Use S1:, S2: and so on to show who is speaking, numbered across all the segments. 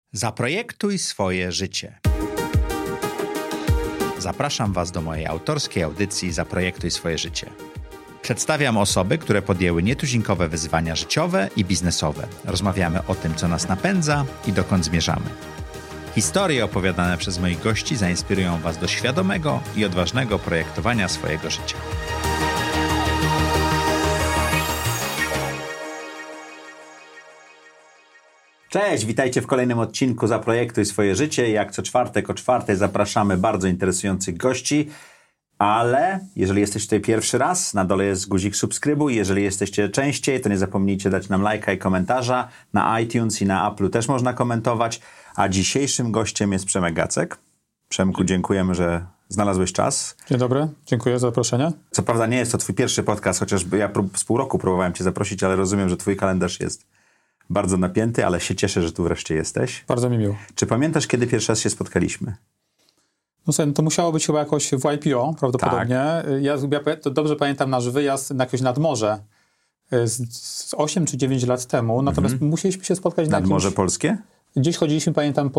S1: Zaprojektuj swoje życie. Zapraszam Was do mojej autorskiej audycji Zaprojektuj swoje życie. Przedstawiam osoby, które podjęły nietuzinkowe wyzwania życiowe i biznesowe. Rozmawiamy o tym, co nas napędza i dokąd zmierzamy. Historie opowiadane przez moich gości zainspirują Was do świadomego i odważnego projektowania swojego życia. Cześć, witajcie w kolejnym odcinku Zaprojektuj swoje życie. Jak co czwartek o 4:00 zapraszamy bardzo interesujących gości. Ale jeżeli jesteś tutaj pierwszy raz, na dole jest guzik subskrybuj. Jeżeli jesteście częściej, to nie zapomnijcie dać nam lajka i komentarza. Na iTunes i na Apple'u też można komentować. A dzisiejszym gościem jest Przemek Gacek. Przemku, dziękujemy, że znalazłeś czas.
S2: Dzień dobry, dziękuję za zaproszenie.
S1: Co prawda nie jest to twój pierwszy podcast, chociaż ja z pół roku próbowałem cię zaprosić, ale rozumiem, że twój kalendarz jest bardzo napięty, ale się cieszę, że tu wreszcie jesteś.
S2: Bardzo mi miło.
S1: Czy pamiętasz, kiedy pierwszy raz się spotkaliśmy?
S2: No słuchaj, to musiało być chyba jakoś w YPO prawdopodobnie. Tak. Ja to dobrze pamiętam nasz wyjazd na jakieś nadmorze z 8 czy 9 lat temu, natomiast musieliśmy się spotkać na
S1: Nadmorze polskie?
S2: Gdzieś chodziliśmy, pamiętam,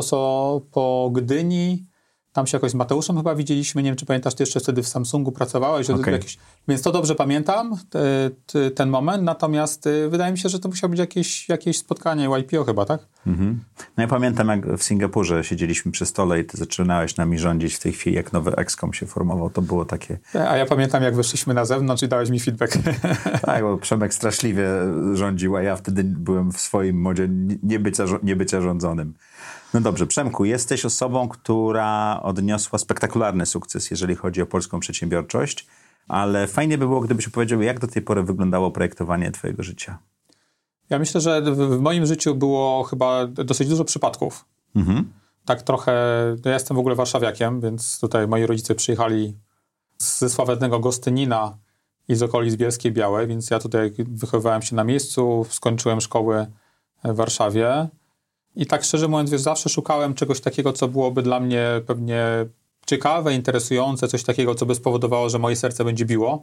S2: po Gdyni. Tam się jakoś z Mateuszem chyba widzieliśmy. Nie wiem, czy pamiętasz, ty jeszcze wtedy w Samsungu pracowałeś.
S1: Okay.
S2: Więc to dobrze pamiętam, ten moment. Natomiast wydaje mi się, że to musiało być jakieś spotkanie YPO chyba, tak?
S1: No ja pamiętam, jak w Singapurze siedzieliśmy przy stole i ty zaczynałeś nami rządzić w tej chwili, jak nowy Excom się formował. To było takie...
S2: A ja pamiętam, jak wyszliśmy na zewnątrz i dałeś mi feedback.
S1: Tak, bo Przemek straszliwie rządził, a ja wtedy byłem w swoim modzie niebycia rządzonym. No dobrze, Przemku, jesteś osobą, która odniosła spektakularny sukces, jeżeli chodzi o polską przedsiębiorczość, ale fajnie by było, gdybyś opowiedział, jak do tej pory wyglądało projektowanie twojego życia.
S2: Ja myślę, że w moim życiu było chyba dosyć dużo przypadków. Tak trochę, ja jestem w ogóle warszawiakiem, więc tutaj moi rodzice przyjechali ze sławetnego Gostynina i z okolic Bielskiej Białej, więc ja tutaj wychowywałem się na miejscu, skończyłem szkoły w Warszawie. I tak szczerze mówiąc, zawsze szukałem czegoś takiego, co byłoby dla mnie pewnie ciekawe, interesujące, coś takiego, co by spowodowało, że moje serce będzie biło.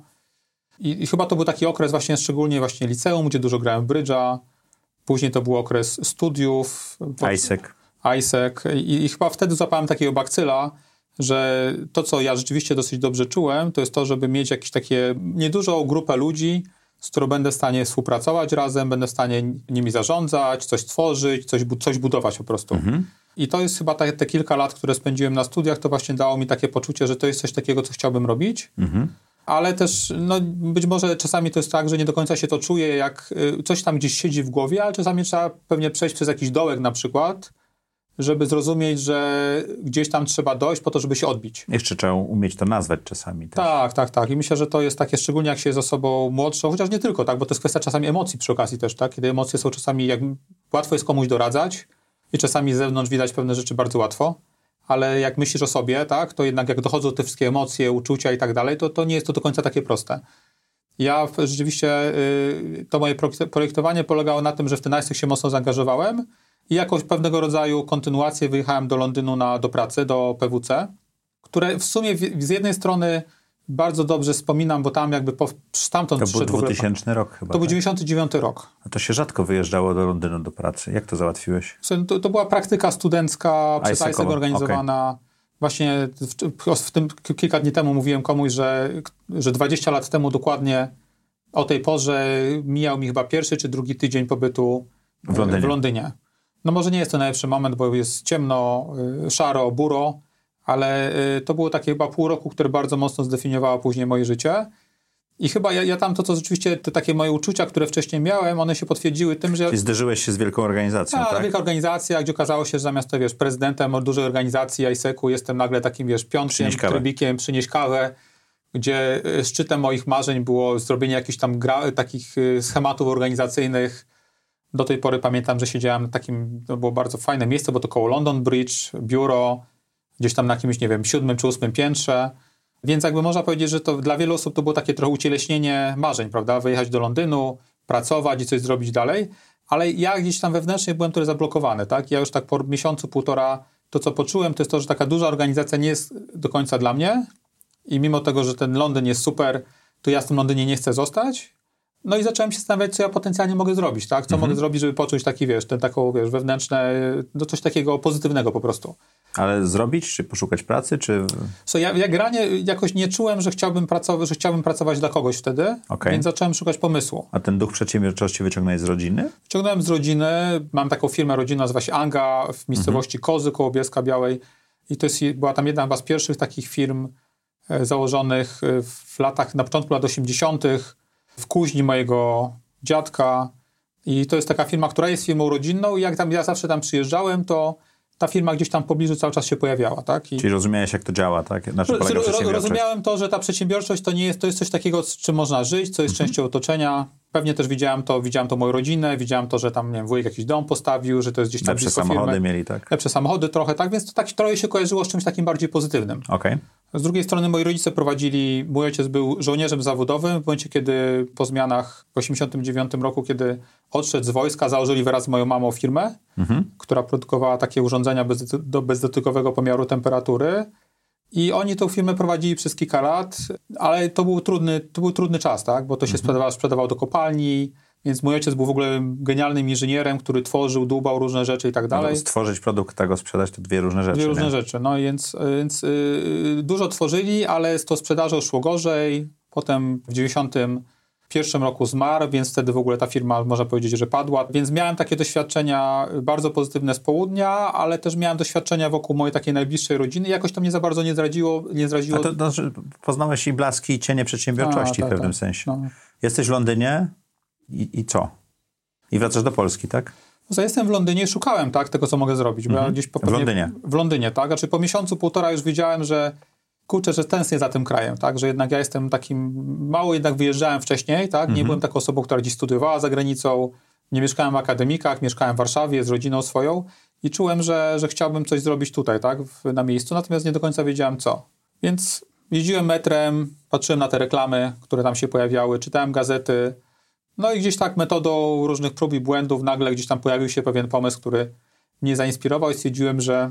S2: I chyba to był taki okres szczególnie liceum, gdzie dużo grałem w brydża. Później to był okres studiów. ISEC. I chyba wtedy złapałem takiego bakcyla, że to, co ja rzeczywiście dosyć dobrze czułem, to jest to, żeby mieć jakieś takie niedużą grupę ludzi, z którą będę w stanie współpracować razem, będę w stanie nimi zarządzać, coś tworzyć, coś budować po prostu. I to jest chyba te kilka lat, które spędziłem na studiach, to właśnie dało mi takie poczucie, że to jest coś takiego, co chciałbym robić. Ale też, być może czasami to jest tak, że nie do końca się to czuje, jak coś tam gdzieś siedzi w głowie, ale czasami trzeba pewnie przejść przez jakiś dołek na przykład, żeby zrozumieć, że gdzieś tam trzeba dojść po to, żeby się odbić.
S1: Jeszcze trzeba umieć to nazwać czasami. Też.
S2: Tak. I myślę, że to jest takie, szczególnie jak się jest osobą młodszą, chociaż nie tylko, tak, bo to jest kwestia czasami emocji przy okazji też, tak, kiedy emocje są czasami, łatwo jest komuś doradzać i czasami z zewnątrz widać pewne rzeczy bardzo łatwo, ale jak myślisz o sobie, tak, to jednak jak dochodzą te wszystkie emocje, uczucia i tak dalej, to nie jest to do końca takie proste. Ja rzeczywiście, to moje projektowanie polegało na tym, że w ten ISEC się mocno zaangażowałem i jakoś pewnego rodzaju kontynuację wyjechałem do Londynu do pracy, do PwC, które w sumie z jednej strony bardzo dobrze wspominam, bo tam stamtąd
S1: przyszedł... To był 2000 rok chyba.
S2: To był 99 rok.
S1: A to się rzadko wyjeżdżało do Londynu do pracy. Jak to załatwiłeś?
S2: To była praktyka studencka przez ISEC organizowana. Okay. Właśnie w tym kilka dni temu mówiłem komuś, że 20 lat temu dokładnie o tej porze mijał mi chyba pierwszy czy drugi tydzień pobytu w Londynie. No może nie jest to najlepszy moment, bo jest ciemno, szaro, buro, ale to było takie chyba pół roku, które bardzo mocno zdefiniowało później moje życie. I chyba ja tam to rzeczywiście, te takie moje uczucia, które wcześniej miałem, one się potwierdziły tym, że...
S1: Czyli zderzyłeś się z wielką organizacją, tak?
S2: Wielka organizacja, gdzie okazało się, że zamiast prezydentem dużej organizacji ISEC-u jestem nagle takim, piątkiem, trybikiem, przynieść kawę, gdzie szczytem moich marzeń było zrobienie jakichś tam takich schematów organizacyjnych. Do tej pory pamiętam, że siedziałem na takim, to było bardzo fajne miejsce, bo to koło London Bridge, biuro, gdzieś tam na jakimś, 7. czy 8. piętrze. Więc można powiedzieć, że to dla wielu osób to było takie trochę ucieleśnienie marzeń, prawda? Wyjechać do Londynu, pracować i coś zrobić dalej. Ale ja gdzieś tam wewnętrznie byłem trochę zablokowany, tak? Ja już tak po miesiącu, półtora, to co poczułem, to jest to, że taka duża organizacja nie jest do końca dla mnie. I mimo tego, że ten Londyn jest super, to ja w tym Londynie nie chcę zostać. No i zacząłem się zastanawiać, co ja potencjalnie mogę zrobić, tak? Co mogę zrobić, żeby poczuć taki, taką, wewnętrzne, coś takiego pozytywnego po prostu.
S1: Ale zrobić, czy poszukać pracy, czy...
S2: Ja generalnie jakoś nie czułem, że chciałbym pracować dla kogoś wtedy, więc zacząłem szukać pomysłu.
S1: A ten duch przedsiębiorczości wyciągnąłeś z rodziny?
S2: Wyciągnąłem z rodziny, mam taką firmę rodzinną, nazywa się Anga, w miejscowości Kozy koło Bielska-Białej i była tam jedna chyba z pierwszych takich firm założonych na początku lat 80. w kuźni mojego dziadka i to jest taka firma, która jest firmą rodzinną i jak ja zawsze tam przyjeżdżałem, to ta firma gdzieś tam w pobliżu cały czas się pojawiała, tak?
S1: Czyli rozumiałeś, jak to działa, tak? Na czym polega przedsiębiorczość?
S2: Rozumiałem to, że ta przedsiębiorczość to jest coś takiego, z czym można żyć, co jest częścią otoczenia. Pewnie też widziałem to moją rodzinę, widziałem to, że tam, nie wiem, wujek jakiś dom postawił, że to jest gdzieś tam
S1: blisko firmy. Lepsze samochody mieli, tak?
S2: Lepsze samochody trochę, tak? Więc to tak trochę się kojarzyło z czymś takim bardziej pozytywnym. Z drugiej strony moi rodzice mój ojciec był żołnierzem zawodowym, w momencie, kiedy po zmianach w 1989 roku, kiedy odszedł z wojska, założyli wraz z moją mamą firmę, która produkowała takie urządzenia do bezdotykowego pomiaru temperatury. I oni tą firmę prowadzili przez kilka lat, ale to był trudny czas, tak? Bo to się sprzedawało do kopalni, więc mój ojciec był w ogóle genialnym inżynierem, który tworzył, dłubał różne rzeczy i tak dalej.
S1: No, stworzyć produkt, tak go sprzedać, to dwie różne rzeczy.
S2: No więc dużo tworzyli, ale z tą sprzedażą szło gorzej. Potem w 1991 roku zmarł, więc wtedy w ogóle ta firma, można powiedzieć, że padła. Więc miałem takie doświadczenia bardzo pozytywne z południa, ale też miałem doświadczenia wokół mojej takiej najbliższej rodziny i jakoś to mnie za bardzo nie zdradziło.
S1: A to znaczy, poznałeś i blaski, i cienie przedsiębiorczości w pewnym sensie. No. Jesteś w Londynie i co? I wracasz do Polski, tak?
S2: Ja jestem w Londynie i szukałem, tak, tego, co mogę zrobić. Bo ja gdzieś
S1: w Londynie?
S2: W Londynie, tak. Znaczy po miesiącu, półtora już wiedziałem, że tęsknię za tym krajem, tak, że jednak ja jestem takim, mało jednak wyjeżdżałem wcześniej, tak, nie byłem taką osobą, która gdzieś studiowała za granicą, nie mieszkałem w akademikach, mieszkałem w Warszawie z rodziną swoją i czułem, że chciałbym coś zrobić tutaj, tak, na miejscu, natomiast nie do końca wiedziałem co. Więc jeździłem metrem, patrzyłem na te reklamy, które tam się pojawiały, czytałem gazety, no i gdzieś tak metodą różnych prób i błędów nagle gdzieś tam pojawił się pewien pomysł, który mnie zainspirował i stwierdziłem, że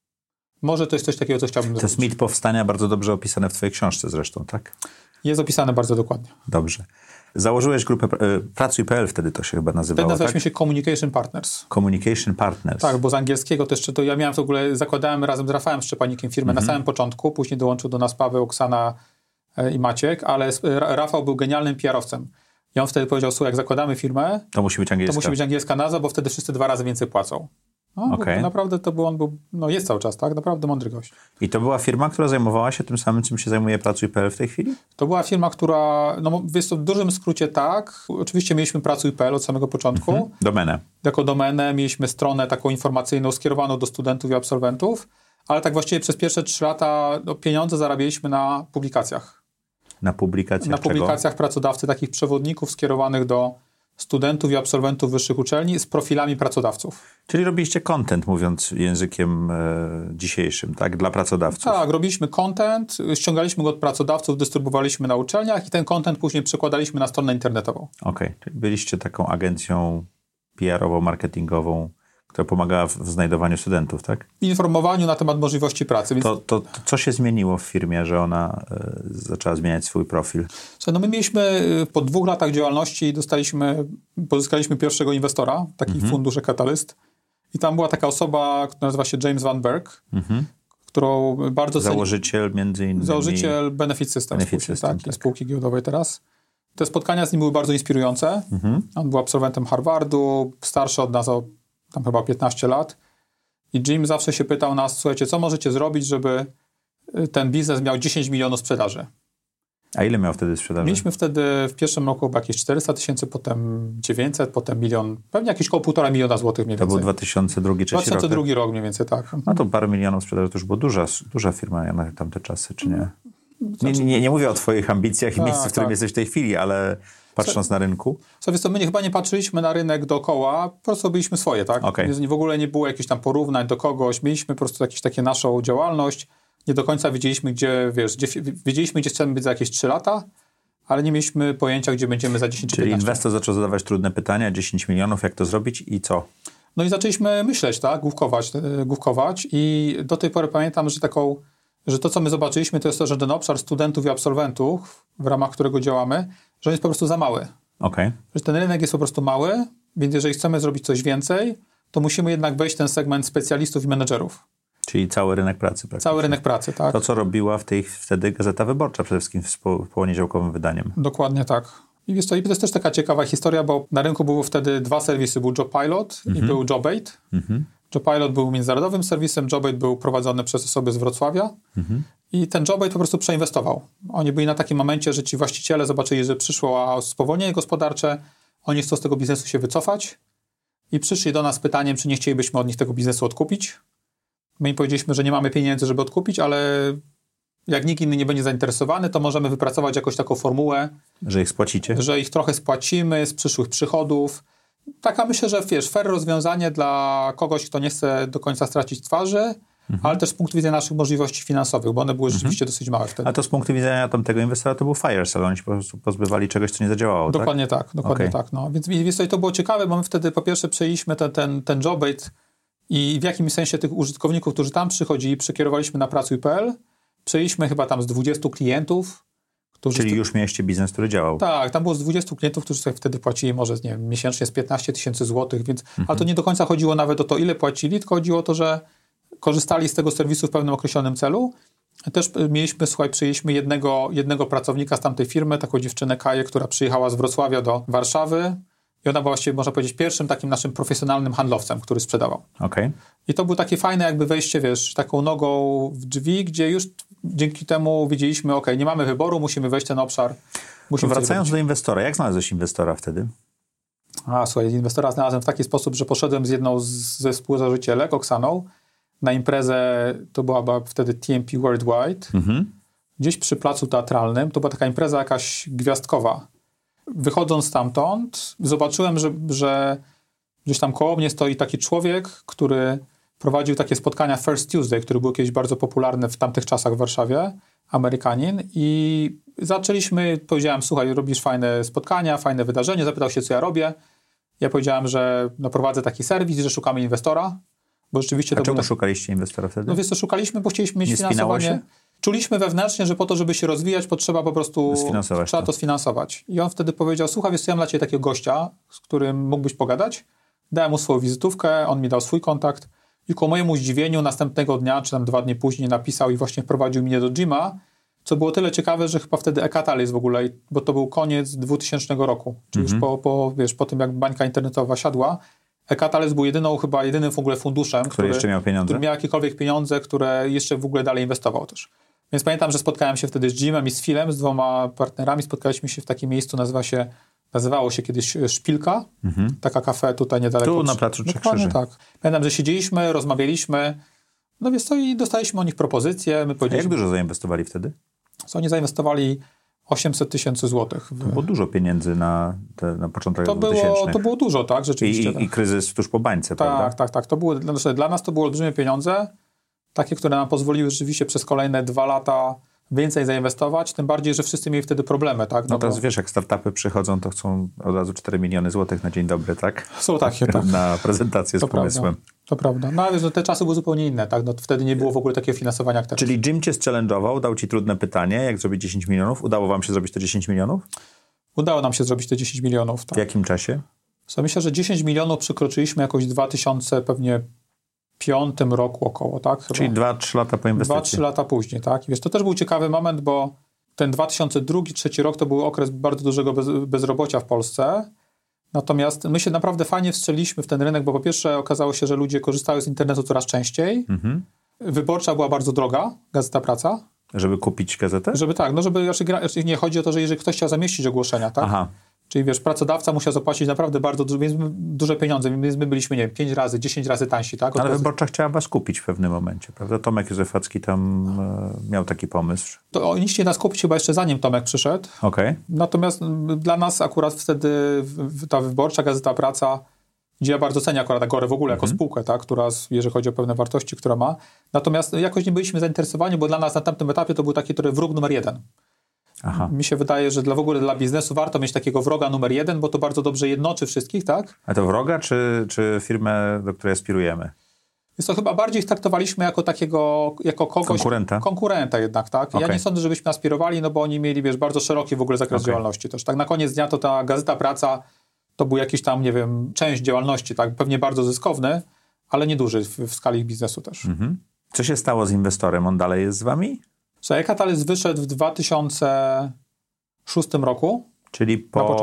S2: może to jest coś takiego, co chciałbym zrobić.
S1: To jest mit powstania bardzo dobrze opisane w twojej książce zresztą, tak?
S2: Jest opisane bardzo dokładnie.
S1: Dobrze. Założyłeś grupę Pracuj.pl, wtedy to się chyba nazywało,
S2: wtedy nazywaliśmy się Communication Partners.
S1: Communication Partners.
S2: Tak, bo z angielskiego to ja miałem w ogóle, zakładałem razem z Rafałem Szczepanikiem firmę na samym początku, później dołączył do nas Paweł, Oksana i Maciek, ale Rafał był genialnym PR-owcem. I on wtedy powiedział, słuchaj, jak zakładamy firmę,
S1: to musi być angielska
S2: nazwa, bo wtedy wszyscy 2 razy więcej płacą. No, naprawdę on był, jest cały czas, tak? Naprawdę mądry gość.
S1: I to była firma, która zajmowała się tym samym, czym się zajmuje Pracuj.pl w tej chwili?
S2: To była firma, która, jest to w dużym skrócie tak. Oczywiście mieliśmy Pracuj.pl od samego początku.
S1: Domenę.
S2: Jako domenę mieliśmy stronę taką informacyjną skierowaną do studentów i absolwentów, ale tak właściwie przez pierwsze 3 lata pieniądze zarabialiśmy na publikacjach.
S1: Na publikacjach
S2: Na publikacjach pracodawcy, takich przewodników skierowanych do studentów i absolwentów wyższych uczelni z profilami pracodawców.
S1: Czyli robiliście content, mówiąc językiem dzisiejszym, tak? Dla pracodawców.
S2: Tak, robiliśmy content, ściągaliśmy go od pracodawców, dystrybuowaliśmy na uczelniach i ten content później przekładaliśmy na stronę internetową.
S1: Okej, czyli byliście taką agencją PR-ową, marketingową, która pomagała w znajdowaniu studentów, tak?
S2: Informowaniu na temat możliwości pracy. Więc...
S1: To co się zmieniło w firmie, że ona zaczęła zmieniać swój profil?
S2: My mieliśmy po 2 latach działalności pozyskaliśmy pierwszego inwestora, taki fundusz Catalyst. I tam była taka osoba, która nazywa się James Van Berg, którą bardzo
S1: Założyciel między innymi...
S2: Założyciel Benefit Systems, tak. Spółki giełdowej teraz. Te spotkania z nim były bardzo inspirujące. On był absolwentem Harvardu, starszy od nas o tam chyba 15 lat. I Jim zawsze się pytał nas, słuchajcie, co możecie zrobić, żeby ten biznes miał 10 milionów sprzedaży?
S1: A ile miał wtedy sprzedaży?
S2: Mieliśmy wtedy w pierwszym roku chyba jakieś 400 000, potem 900, potem 1 milion, pewnie jakieś koło 1,5 miliona złotych mniej więcej.
S1: To był 2002,
S2: 2002 rok mniej więcej, tak.
S1: No to parę milionów sprzedaży, to już była duża firma na tamte czasy, czy nie? Nie mówię o twoich ambicjach i miejscu, w którym jesteś w tej chwili, ale patrząc na rynku.
S2: My chyba nie patrzyliśmy na rynek dookoła, po prostu robiliśmy swoje, tak? Więc w ogóle nie było jakichś tam porównań do kogoś, mieliśmy po prostu jakąś takie naszą działalność, nie do końca wiedzieliśmy, wiedzieliśmy, gdzie chcemy być za jakieś 3 lata, ale nie mieliśmy pojęcia, gdzie będziemy za 10 czy 15.
S1: Czyli inwestor zaczął zadawać trudne pytania, 10 milionów, jak to zrobić i co?
S2: No i zaczęliśmy myśleć, tak? Główkować i do tej pory pamiętam, że to, co my zobaczyliśmy, to jest to, że ten obszar studentów i absolwentów, w ramach którego działamy, że on jest po prostu za mały.
S1: Okej.
S2: Że ten rynek jest po prostu mały, więc jeżeli chcemy zrobić coś więcej, to musimy jednak wejść w ten segment specjalistów i menedżerów.
S1: Czyli cały rynek pracy praktycznie.
S2: Cały rynek pracy, tak.
S1: To, co robiła wtedy Gazeta Wyborcza, przede wszystkim z poniedziałkowym wydaniem.
S2: Dokładnie tak. I wiesz co, i to jest też taka ciekawa historia, bo na rynku były wtedy dwa serwisy. Był JobPilot i był Jobbait. JobPilot był międzynarodowym serwisem, Jobbait był prowadzony przez osoby z Wrocławia i ten Jobbait po prostu przeinwestował. Oni byli na takim momencie, że ci właściciele zobaczyli, że przyszło spowolnienie gospodarcze, oni chcą z tego biznesu się wycofać i przyszli do nas z pytaniem, czy nie chcielibyśmy od nich tego biznesu odkupić. My im powiedzieliśmy, że nie mamy pieniędzy, żeby odkupić, ale jak nikt inny nie będzie zainteresowany, to możemy wypracować jakąś taką formułę,
S1: Że ich spłacicie?
S2: że ich trochę spłacimy z przyszłych przychodów. Taka myślę, że wiesz, fair rozwiązanie dla kogoś, kto nie chce do końca stracić twarzy, ale też z punktu widzenia naszych możliwości finansowych, bo one były rzeczywiście dosyć małe wtedy.
S1: A to z punktu widzenia tamtego inwestora to był fire sale, oni się po prostu pozbywali czegoś, co nie zadziałało,
S2: Dokładnie tak, dokładnie
S1: Okej.
S2: tak. No. Więc to było ciekawe, bo my wtedy po pierwsze przejęliśmy ten Jobbait i w jakimś sensie tych użytkowników, którzy tam przychodzili, przekierowaliśmy na pracuj.pl. Przejęliśmy chyba tam z 20 klientów, którzy...
S1: Czyli już mieliście biznes, który działał.
S2: Tak, tam było z 20 klientów, którzy sobie wtedy płacili może, nie wiem, miesięcznie z 15 000 złotych, więc... Ale to nie do końca chodziło nawet o to, ile płacili, tylko chodziło o to, że korzystali z tego serwisu w pewnym określonym celu. Też mieliśmy, przyjęliśmy jednego pracownika z tamtej firmy, taką dziewczynę Kaję, która przyjechała z Wrocławia do Warszawy i ona była właściwie, można powiedzieć, pierwszym takim naszym profesjonalnym handlowcem, który sprzedawał.
S1: Okej.
S2: I to było takie fajne jakby wejście, wiesz, taką nogą w drzwi, gdzie już dzięki temu wiedzieliśmy, nie mamy wyboru, musimy wejść w ten obszar.
S1: Wracając do inwestora, jak znalazłeś inwestora wtedy?
S2: Słuchaj, inwestora znalazłem w taki sposób, że poszedłem z jedną ze współzałożycielek, Oksaną, na imprezę, to była wtedy TMP Worldwide, gdzieś przy placu teatralnym, to była taka impreza jakaś gwiazdkowa. Wychodząc stamtąd, zobaczyłem, że gdzieś tam koło mnie stoi taki człowiek, który prowadził takie spotkania First Tuesday, które były kiedyś bardzo popularne w tamtych czasach w Warszawie, Amerykanin, i zaczęliśmy, powiedziałem, słuchaj, robisz fajne spotkania, fajne wydarzenie, zapytał się, co ja robię. Ja powiedziałem, że prowadzę taki serwis, że szukamy inwestora, bo rzeczywiście...
S1: A czemu szukaliście inwestora wtedy?
S2: No wiesz co, szukaliśmy, bo chcieliśmy mieć
S1: Nie
S2: finansowanie.
S1: spinało się?
S2: Czuliśmy wewnętrznie, że po to, żeby się rozwijać, potrzeba po prostu...
S1: Trzeba
S2: to sfinansować. I on wtedy powiedział, słuchaj, wiesz co, ja mam dla ciebie takiego gościa, z którym mógłbyś pogadać. Dałem mu swoją wizytówkę, on mi dał swój kontakt i ku mojemu zdziwieniu następnego dnia, czy tam 2 dni później napisał i właśnie wprowadził mnie do Jima, co było tyle ciekawe, że chyba wtedy e-Catalyst w ogóle, bo to był koniec 2000 roku, czyli już po tym, jak bańka internetowa siadła, e-Catalyst był jedynym w ogóle funduszem,
S1: który jeszcze miał pieniądze.
S2: Który miał jakiekolwiek pieniądze, które jeszcze w ogóle dalej inwestował też. Więc pamiętam, że spotkałem się wtedy z Jimem i z Philem, z 2 partnerami, spotkaliśmy się w takim miejscu, nazywało się kiedyś Szpilka, taka kafe tutaj niedaleko.
S1: Tu na Placu Trzech Krzyży.
S2: Tak. Pamiętam, że siedzieliśmy, rozmawialiśmy, no więc to i dostaliśmy od nich propozycje.
S1: A jak dużo zainwestowali wtedy?
S2: Oni zainwestowali 800 000 złotych.
S1: To było dużo pieniędzy na początek 2000.
S2: To było dużo, tak, rzeczywiście.
S1: I kryzys tuż po bańce, prawda?
S2: Tak. Dla nas to były olbrzymie pieniądze, takie, które nam pozwoliły rzeczywiście przez kolejne 2 lata więcej zainwestować, tym bardziej, że wszyscy mieli wtedy problemy, tak?
S1: No teraz wiesz, jak startupy przychodzą, to chcą od razu 4 miliony złotych na dzień dobry, tak?
S2: Są takie, tak.
S1: Na prezentację z pomysłem.
S2: To prawda. No ale te czasy były zupełnie inne, tak? No, wtedy nie było w ogóle takiego finansowania jak teraz.
S1: Czyli Jim cię challenge'ował, dał ci trudne pytanie, jak zrobić 10 milionów. Udało wam się zrobić te 10 milionów?
S2: Udało nam się zrobić te 10 milionów. Tak.
S1: W jakim czasie?
S2: Myślę, że 10 milionów przekroczyliśmy jakoś w 2005 roku około, tak? Chyba.
S1: Czyli 2-3 lata po inwestycji.
S2: 2-3 lata później, tak? I wiesz, to też był ciekawy moment, bo ten 2002-2003 rok to był okres bardzo dużego bezrobocia w Polsce. Natomiast my się naprawdę fajnie wstrzeliśmy w ten rynek, bo po pierwsze okazało się, że ludzie korzystają z internetu coraz częściej. Wyborcza była bardzo droga, Gazeta Praca.
S1: Żeby kupić gazetę?
S2: Żeby nie chodzi o to, że jeżeli ktoś chciał zamieścić ogłoszenia, tak?
S1: Aha.
S2: Czyli wiesz, pracodawca musiał zapłacić naprawdę bardzo duże pieniądze, więc my byliśmy, nie wiem, 5 razy, 10 razy tańsi, tak?
S1: Ale Wyborcza chciała was kupić w pewnym momencie, prawda? Tomek Józefacki tam miał taki pomysł.
S2: To oni chcieli nas kupić chyba jeszcze zanim Tomek przyszedł.
S1: Okej.
S2: Natomiast dla nas akurat wtedy ta Wyborcza, Gazeta Praca, gdzie ja bardzo cenię akurat Agorę w ogóle jako spółkę, tak? Która, jeżeli chodzi o pewne wartości, która ma. Natomiast jakoś nie byliśmy zainteresowani, bo dla nas na tamtym etapie to był taki trochę wróg numer 1.
S1: Aha.
S2: Mi się wydaje, że w ogóle dla biznesu warto mieć takiego wroga numer 1, bo to bardzo dobrze jednoczy wszystkich, tak?
S1: A to wroga, czy firmę, do której aspirujemy?
S2: Więc to chyba bardziej ich traktowaliśmy jako takiego, jako kogoś... Konkurenta jednak, tak? Okay. Ja nie sądzę, żebyśmy aspirowali, no bo oni mieli, wiesz, bardzo szeroki w ogóle zakres działalności też. Tak na koniec dnia to ta Gazeta Praca to był jakiś tam, nie wiem, część działalności, tak? Pewnie bardzo zyskowny, ale nieduży w skali ich biznesu też.
S1: Co się stało z inwestorem? On dalej jest z wami?
S2: Słuchaj, Catalyst wyszedł w 2006 roku.
S1: Czyli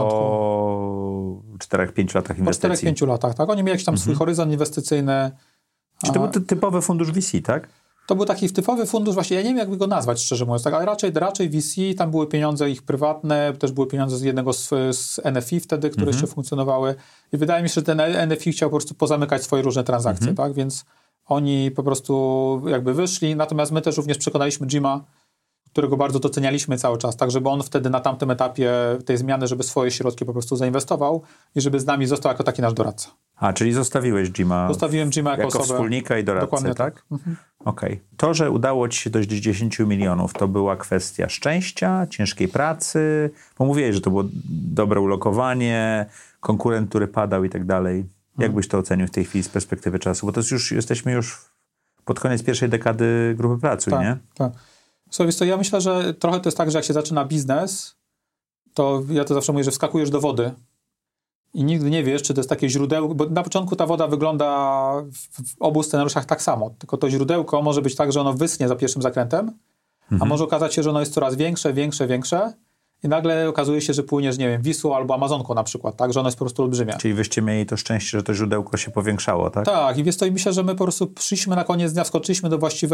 S1: po 4-5 latach inwestycji.
S2: Po 4-5 latach, tak. Oni mieli jakiś tam swój horyzont inwestycyjny.
S1: Czy to był typowy fundusz VC, tak?
S2: To był taki typowy fundusz, właśnie ja nie wiem, jakby go nazwać, szczerze mówiąc, tak, ale raczej VC, tam były pieniądze ich prywatne, też były pieniądze z jednego z NFI wtedy, które jeszcze funkcjonowały i wydaje mi się, że ten NFI chciał po prostu pozamykać swoje różne transakcje, tak, więc oni po prostu jakby wyszli, natomiast my też również przekonaliśmy Jima, którego bardzo docenialiśmy cały czas, tak, żeby on wtedy na tamtym etapie tej zmiany, żeby swoje środki po prostu zainwestował i żeby z nami został jako taki nasz doradca.
S1: Czyli zostawiłeś Jima.
S2: Zostawiłem Jima jako osobę,
S1: wspólnika i doradcę,
S2: dokładnie
S1: tak? Okej. To, że udało ci się dojść do 10 milionów, to była kwestia szczęścia, ciężkiej pracy, bo mówiłeś, że to było dobre ulokowanie, konkurent, który padał i tak dalej. Jak byś to ocenił w tej chwili z perspektywy czasu? Bo to jest jesteśmy już pod koniec pierwszej dekady Grupy Pracuj, nie?
S2: Tak. Słuchaj, ja myślę, że trochę to jest tak, że jak się zaczyna biznes, to ja to zawsze mówię, że wskakujesz do wody i nigdy nie wiesz, czy to jest takie źródełko, bo na początku ta woda wygląda w obu scenariuszach tak samo, tylko to źródełko może być tak, że ono wyschnie za pierwszym zakrętem, a może okazać się, że ono jest coraz większe i nagle okazuje się, że płyniesz, nie wiem, Wisłą albo Amazonką na przykład, tak, że ono jest po prostu olbrzymie.
S1: Czyli wyście mieli to szczęście, że to źródełko się powiększało, tak?
S2: Tak, i wiesz to, i myślę, że my po prostu przyszliśmy na koniec dnia, wskoczyliśmy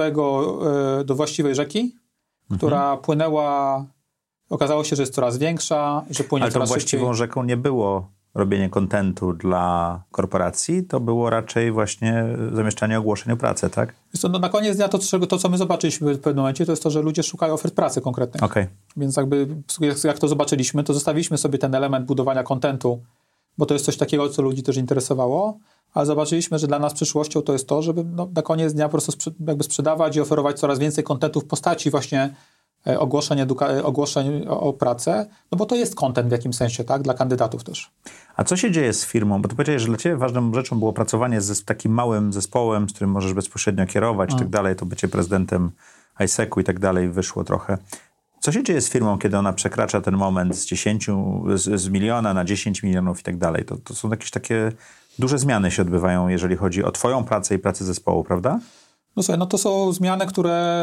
S2: do właściwej rzeki, która płynęła, okazało się, że jest coraz większa, że płynie
S1: coraz szybciej. Ale tą właściwą rzeką nie było robienie kontentu dla korporacji, to było raczej właśnie zamieszczanie ogłoszeń o pracę, tak?
S2: Na koniec dnia to, co my zobaczyliśmy w pewnym momencie, to jest to, że ludzie szukają ofert pracy konkretnych.
S1: Okay.
S2: Więc jakby jak to zobaczyliśmy, to zostawiliśmy sobie ten element budowania kontentu, bo to jest coś takiego, co ludzi też interesowało, ale zobaczyliśmy, że dla nas przyszłością to jest to, żeby na koniec dnia po prostu jakby sprzedawać i oferować coraz więcej kontentu w postaci właśnie ogłoszeń o pracę, no bo to jest content w jakimś sensie, tak, dla kandydatów też.
S1: A co się dzieje z firmą? Bo ty powiedziałeś, że dla ciebie ważną rzeczą było pracowanie z takim małym zespołem, z którym możesz bezpośrednio kierować i tak dalej, to bycie prezydentem ISEC-u i tak dalej wyszło trochę. Co się dzieje z firmą, kiedy ona przekracza ten moment z miliona na 10 milionów i tak dalej? To są jakieś takie duże zmiany się odbywają, jeżeli chodzi o twoją pracę i pracę zespołu, prawda?
S2: No słuchaj, to są zmiany, które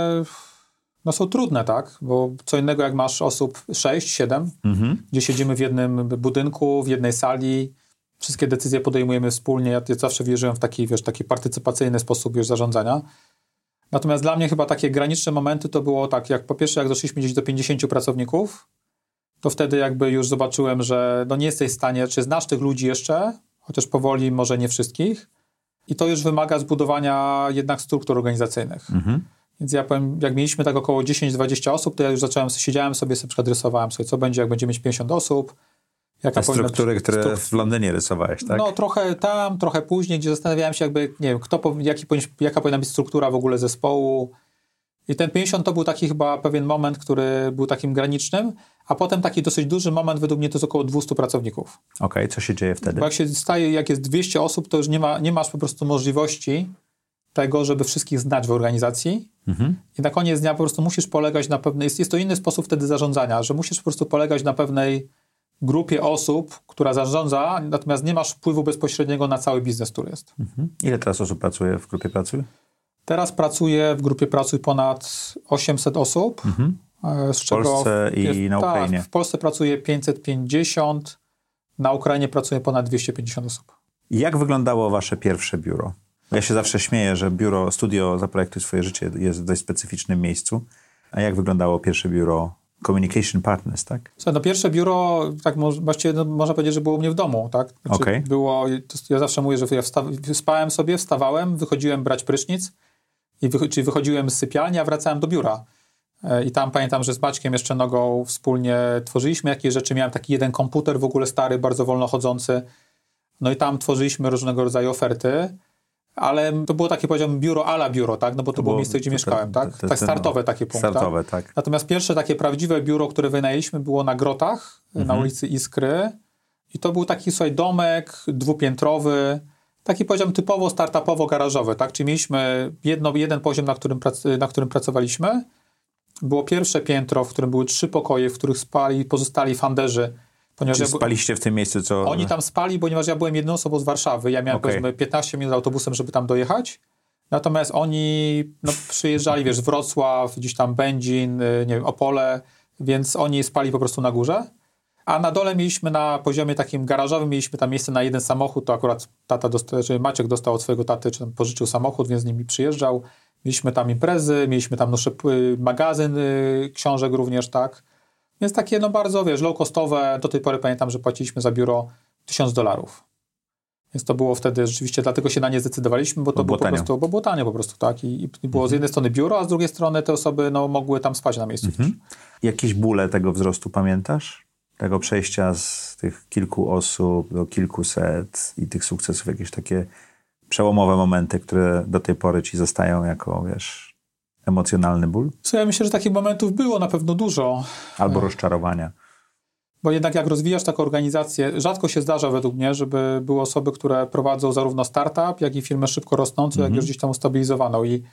S2: są trudne, tak? Bo co innego jak masz osób 6, 7, gdzie siedzimy w jednym budynku, w jednej sali, wszystkie decyzje podejmujemy wspólnie. Ja zawsze wierzyłem w taki partycypacyjny sposób zarządzania. Natomiast dla mnie chyba takie graniczne momenty to było tak, jak po pierwsze jak doszliśmy gdzieś do 50 pracowników, to wtedy jakby już zobaczyłem, że nie jesteś w stanie, czy znasz tych ludzi jeszcze, chociaż powoli może nie wszystkich i to już wymaga zbudowania jednak struktur organizacyjnych. Więc ja powiem, jak mieliśmy tak około 10-20 osób, to ja już siedziałem sobie, na przykład rysowałem sobie, co będzie, jak będziemy mieć 50 osób.
S1: Te struktury, które w Londynie rysowałeś, tak?
S2: No trochę tam, trochę później, gdzie zastanawiałem się jakby, nie wiem, jaka powinna być struktura w ogóle zespołu. I ten 50 to był taki chyba pewien moment, który był takim granicznym, a potem taki dosyć duży moment, według mnie to jest około 200 pracowników.
S1: Okej, co się dzieje wtedy?
S2: Bo jak jest 200 osób, to już nie masz po prostu możliwości tego, żeby wszystkich znać w organizacji. I na koniec dnia po prostu musisz polegać na pewnej... Jest to inny sposób wtedy zarządzania, że musisz po prostu polegać na pewnej grupie osób, która zarządza, natomiast nie masz wpływu bezpośredniego na cały biznes, który jest.
S1: Ile teraz osób pracuje w Grupie Pracuj?
S2: Teraz pracuję w Grupie Pracuj ponad 800 osób.
S1: Z czego w Polsce i na Ukrainie?
S2: Tak, w Polsce pracuje 550, na Ukrainie pracuje ponad 250 osób.
S1: Jak wyglądało wasze pierwsze biuro? Ja się zawsze śmieję, że studio Zaprojektuj swoje życie jest w dość specyficznym miejscu. A jak wyglądało pierwsze biuro Communication Partners, tak?
S2: Pierwsze biuro, tak właściwie można powiedzieć, że było u mnie w domu, tak? Znaczy, ja zawsze mówię, że ja spałem sobie, wstawałem, wychodziłem brać prysznic, czyli wychodziłem z sypialni, a wracałem do biura. I tam pamiętam, że z Maćkiem jeszcze nogą wspólnie tworzyliśmy jakieś rzeczy. Miałem taki jeden komputer w ogóle stary, bardzo wolno chodzący. No i tam tworzyliśmy różnego rodzaju oferty. Ale to było takie, powiedziałbym, biuro a la biuro, tak? No bo to było miejsce, gdzie mieszkałem, tak? Tak startowe takie punkty.
S1: Startowe, tak.
S2: Natomiast pierwsze takie prawdziwe biuro, które wynajęliśmy, było na Grotach, na ulicy Iskry. I to był taki, domek dwupiętrowy, taki poziom typowo startupowo-garażowy, tak? Czyli mieliśmy jeden poziom, na którym pracowaliśmy. Było pierwsze piętro, w którym były 3 pokoje, w których spali pozostali founderzy.
S1: Czy spaliście w tym miejscu, co...
S2: Oni tam spali, ponieważ ja byłem jedną osobą z Warszawy. Ja miałem powiedzmy 15 minut autobusem, żeby tam dojechać. Natomiast oni przyjeżdżali, wiesz, Wrocław, gdzieś tam Będzin, nie wiem, Opole, więc oni spali po prostu na górze. A na dole mieliśmy na poziomie takim garażowym, mieliśmy tam miejsce na jeden samochód, to akurat Maciek dostał od swojego taty, czy tam pożyczył samochód, więc z nimi przyjeżdżał. Mieliśmy tam imprezy, mieliśmy tam magazyn książek również, tak. Więc takie, bardzo, wiesz, low-costowe. Do tej pory pamiętam, że płaciliśmy za biuro $1000. Więc to było wtedy rzeczywiście, dlatego się na nie zdecydowaliśmy, bo to było było tanie po prostu, tak. I było z jednej strony biuro, a z drugiej strony te osoby, mogły tam spać na miejscu.
S1: Jakieś bóle tego wzrostu pamiętasz? Tego przejścia z tych kilku osób do kilkuset i tych sukcesów, jakieś takie przełomowe momenty, które do tej pory ci zostają jako, wiesz, emocjonalny ból?
S2: Ja myślę, że takich momentów było na pewno dużo.
S1: Albo rozczarowania.
S2: Bo jednak jak rozwijasz taką organizację, rzadko się zdarza według mnie, żeby były osoby, które prowadzą zarówno startup, jak i firmę szybko rosnącą, jak już gdzieś tam ustabilizowaną. I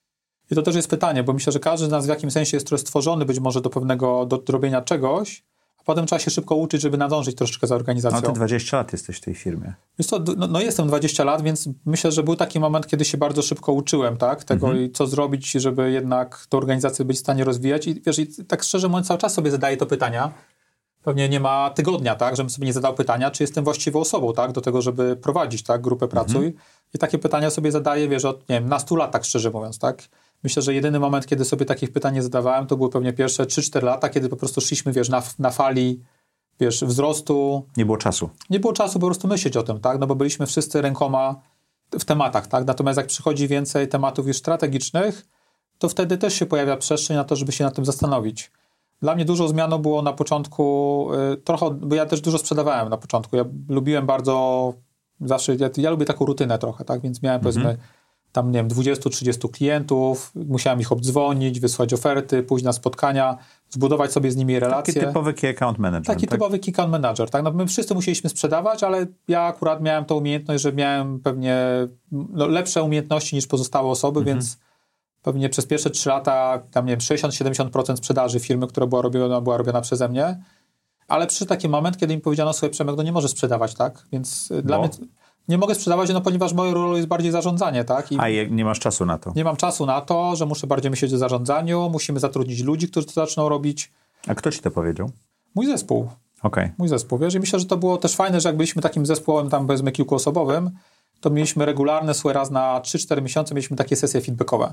S2: to też jest pytanie, bo myślę, że każdy z nas w jakimś sensie jest trochę stworzony być może do pewnego, do robienia czegoś, a potem trzeba się szybko uczyć, żeby nadążyć troszeczkę za organizacją.
S1: No ty 20 lat jesteś w tej firmie.
S2: Wiesz co, jestem 20 lat, więc myślę, że był taki moment, kiedy się bardzo szybko uczyłem, tak, tego i co zrobić, żeby jednak tę organizację być w stanie rozwijać. I wiesz, i tak szczerze mówiąc, cały czas sobie zadaję to pytania. Pewnie nie ma tygodnia, tak, żebym sobie nie zadał pytania, czy jestem właściwą osobą, tak, do tego, żeby prowadzić, tak, grupę Pracuj. I takie pytania sobie zadaję, wiesz, od, nie wiem, nastu lat, tak szczerze mówiąc, tak. Myślę, że jedyny moment, kiedy sobie takich pytań nie zadawałem, to były pewnie pierwsze 3-4 lata, kiedy po prostu szliśmy, wiesz, na fali, wiesz, wzrostu.
S1: Nie było czasu.
S2: Nie było czasu po prostu myśleć o tym, tak, bo byliśmy wszyscy rękoma w tematach, tak. Natomiast jak przychodzi więcej tematów już strategicznych, to wtedy też się pojawia przestrzeń na to, żeby się nad tym zastanowić. Dla mnie dużą zmianą było na początku, trochę, bo ja też dużo sprzedawałem na początku. Ja lubiłem bardzo, zawsze, ja lubię taką rutynę trochę, tak, więc miałem powiedzmy tam, nie wiem, 20-30 klientów, musiałem ich obdzwonić, wysłać oferty, pójść na spotkania, zbudować sobie z nimi relacje.
S1: Taki typowy key account manager.
S2: Typowy key account manager, tak. My wszyscy musieliśmy sprzedawać, ale ja akurat miałem tą umiejętność, że miałem pewnie lepsze umiejętności niż pozostałe osoby, więc pewnie przez pierwsze 3 lata, tam nie wiem, 60-70% sprzedaży firmy, która była robiona przeze mnie, ale przyszedł taki moment, kiedy mi powiedziano, słuchaj, Przemek, nie możesz sprzedawać, tak? Więc dla mnie nie mogę sprzedawać, ponieważ moją rolą jest bardziej zarządzanie, tak?
S1: A nie masz czasu na to?
S2: Nie mam czasu na to, że muszę bardziej myśleć o zarządzaniu, musimy zatrudnić ludzi, którzy to zaczną robić.
S1: A kto ci to powiedział?
S2: Mój zespół.
S1: Okej.
S2: Mój zespół, wiesz, i myślę, że to było też fajne, że jak byliśmy takim zespołem tam, powiedzmy, kilkuosobowym, to mieliśmy regularne, raz na 3-4 miesiące mieliśmy takie sesje feedbackowe.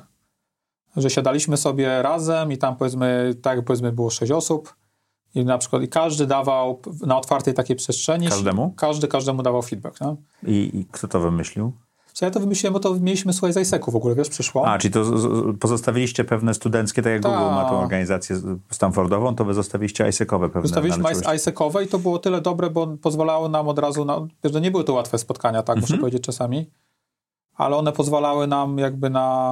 S2: Że siadaliśmy sobie razem i tam powiedzmy było 6 osób i na przykład każdy dawał na otwartej takiej przestrzeni.
S1: Każdemu?
S2: Każdemu dawał feedback. No?
S1: I kto to wymyślił?
S2: Ja to wymyśliłem, bo to mieliśmy, słuchaj, z ISEC-u w ogóle, wiesz, przyszło.
S1: A, czyli to pozostawiliście pewne studenckie, tak jak Google ma tą organizację stanfordową, to wy zostawiliście ISEC-owe pewne.
S2: Zostawiliśmy ISEC-owe i to było tyle dobre, bo pozwalało nam od razu, wiesz, że nie były to łatwe spotkania, tak, muszę powiedzieć czasami, ale one pozwalały nam jakby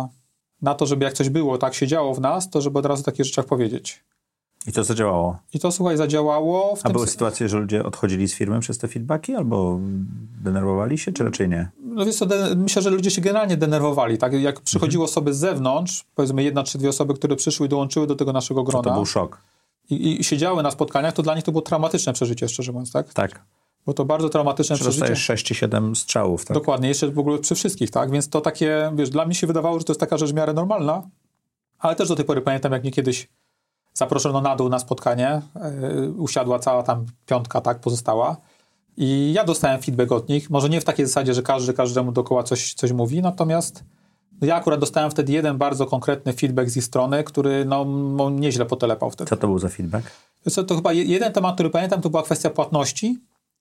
S2: na to, żeby jak coś było, tak się działo w nas, to żeby od razu o takich rzeczach powiedzieć.
S1: I to zadziałało?
S2: I to, słuchaj, zadziałało.
S1: A były sytuacje, że ludzie odchodzili z firmy przez te feedbacki albo denerwowali się, czy raczej nie?
S2: No wiesz co, myślę, że ludzie się generalnie denerwowali. Tak? Jak przychodziły osoby z zewnątrz, powiedzmy 1 czy 2 osoby, które przyszły i dołączyły do tego naszego grona.
S1: To był szok.
S2: I siedziały na spotkaniach, to dla nich to było traumatyczne przeżycie, szczerze mówiąc, tak?
S1: Tak.
S2: Bo to bardzo traumatyczne przeżycie.
S1: Dostajesz 6 czy 7 strzałów, tak?
S2: Dokładnie, jeszcze w ogóle przy wszystkich, tak? Więc to takie, wiesz, dla mnie się wydawało, że to jest taka rzecz w miarę normalna, ale też do tej pory pamiętam, jak mnie kiedyś zaproszono na dół na spotkanie, usiadła cała tam 5, tak, pozostała i ja dostałem feedback od nich, może nie w takiej zasadzie, że każdemu dookoła coś mówi, natomiast ja akurat dostałem wtedy jeden bardzo konkretny feedback z ich strony, który nieźle potelepał wtedy.
S1: Co to był za feedback?
S2: To chyba jeden temat, który pamiętam, to była kwestia płatności,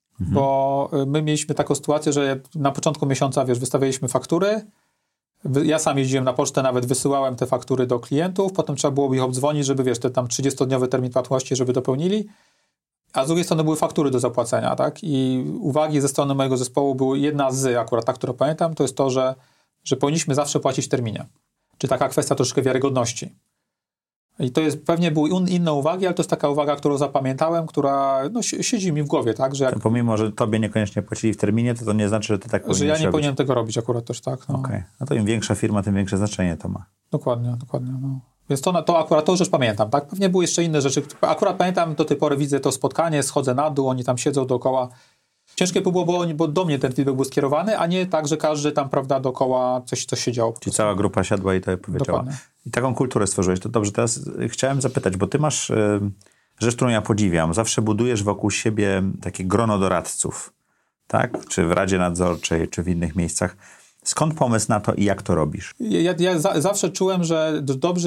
S2: bo my mieliśmy taką sytuację, że na początku miesiąca, wiesz, wystawialiśmy faktury, ja sam jeździłem na pocztę, nawet wysyłałem te faktury do klientów, potem trzeba było ich obdzwonić, żeby, wiesz, ten tam 30-dniowy termin płatności, żeby dopełnili, a z drugiej strony były faktury do zapłacenia, tak? I uwagi ze strony mojego zespołu były jedna z, akurat ta, którą pamiętam, to jest to, że powinniśmy zawsze płacić w terminie. Czy taka kwestia troszkę wiarygodności. I to jest, pewnie były inne uwagi, ale to jest taka uwaga, którą zapamiętałem, która no, siedzi mi w głowie, tak? Że jak,
S1: to pomimo, że tobie niekoniecznie płacili w terminie, to nie znaczy, że ty tak powinieneś
S2: że ja nie
S1: robić.
S2: powinienem tego robić akurat też, tak. No.
S1: Okej. No to im większa firma, tym większe znaczenie to ma.
S2: Dokładnie. No. Więc to akurat to rzecz pamiętam, tak? Pewnie były jeszcze inne rzeczy. Akurat pamiętam, do tej pory widzę to spotkanie, schodzę na dół, oni tam siedzą dookoła. Ciężkie było, bo do mnie ten feedback był skierowany, a nie tak, że każdy tam, prawda, dookoła coś się działo.
S1: Czyli cała grupa siadła i to powiedziała.
S2: Dokładnie.
S1: I taką kulturę stworzyłeś. To dobrze, teraz chciałem zapytać, bo ty masz rzecz, którą ja podziwiam. Zawsze budujesz wokół siebie takie grono doradców, tak? Czy w Radzie Nadzorczej, czy w innych miejscach. Skąd pomysł na to i jak to robisz?
S2: Ja zawsze czułem, że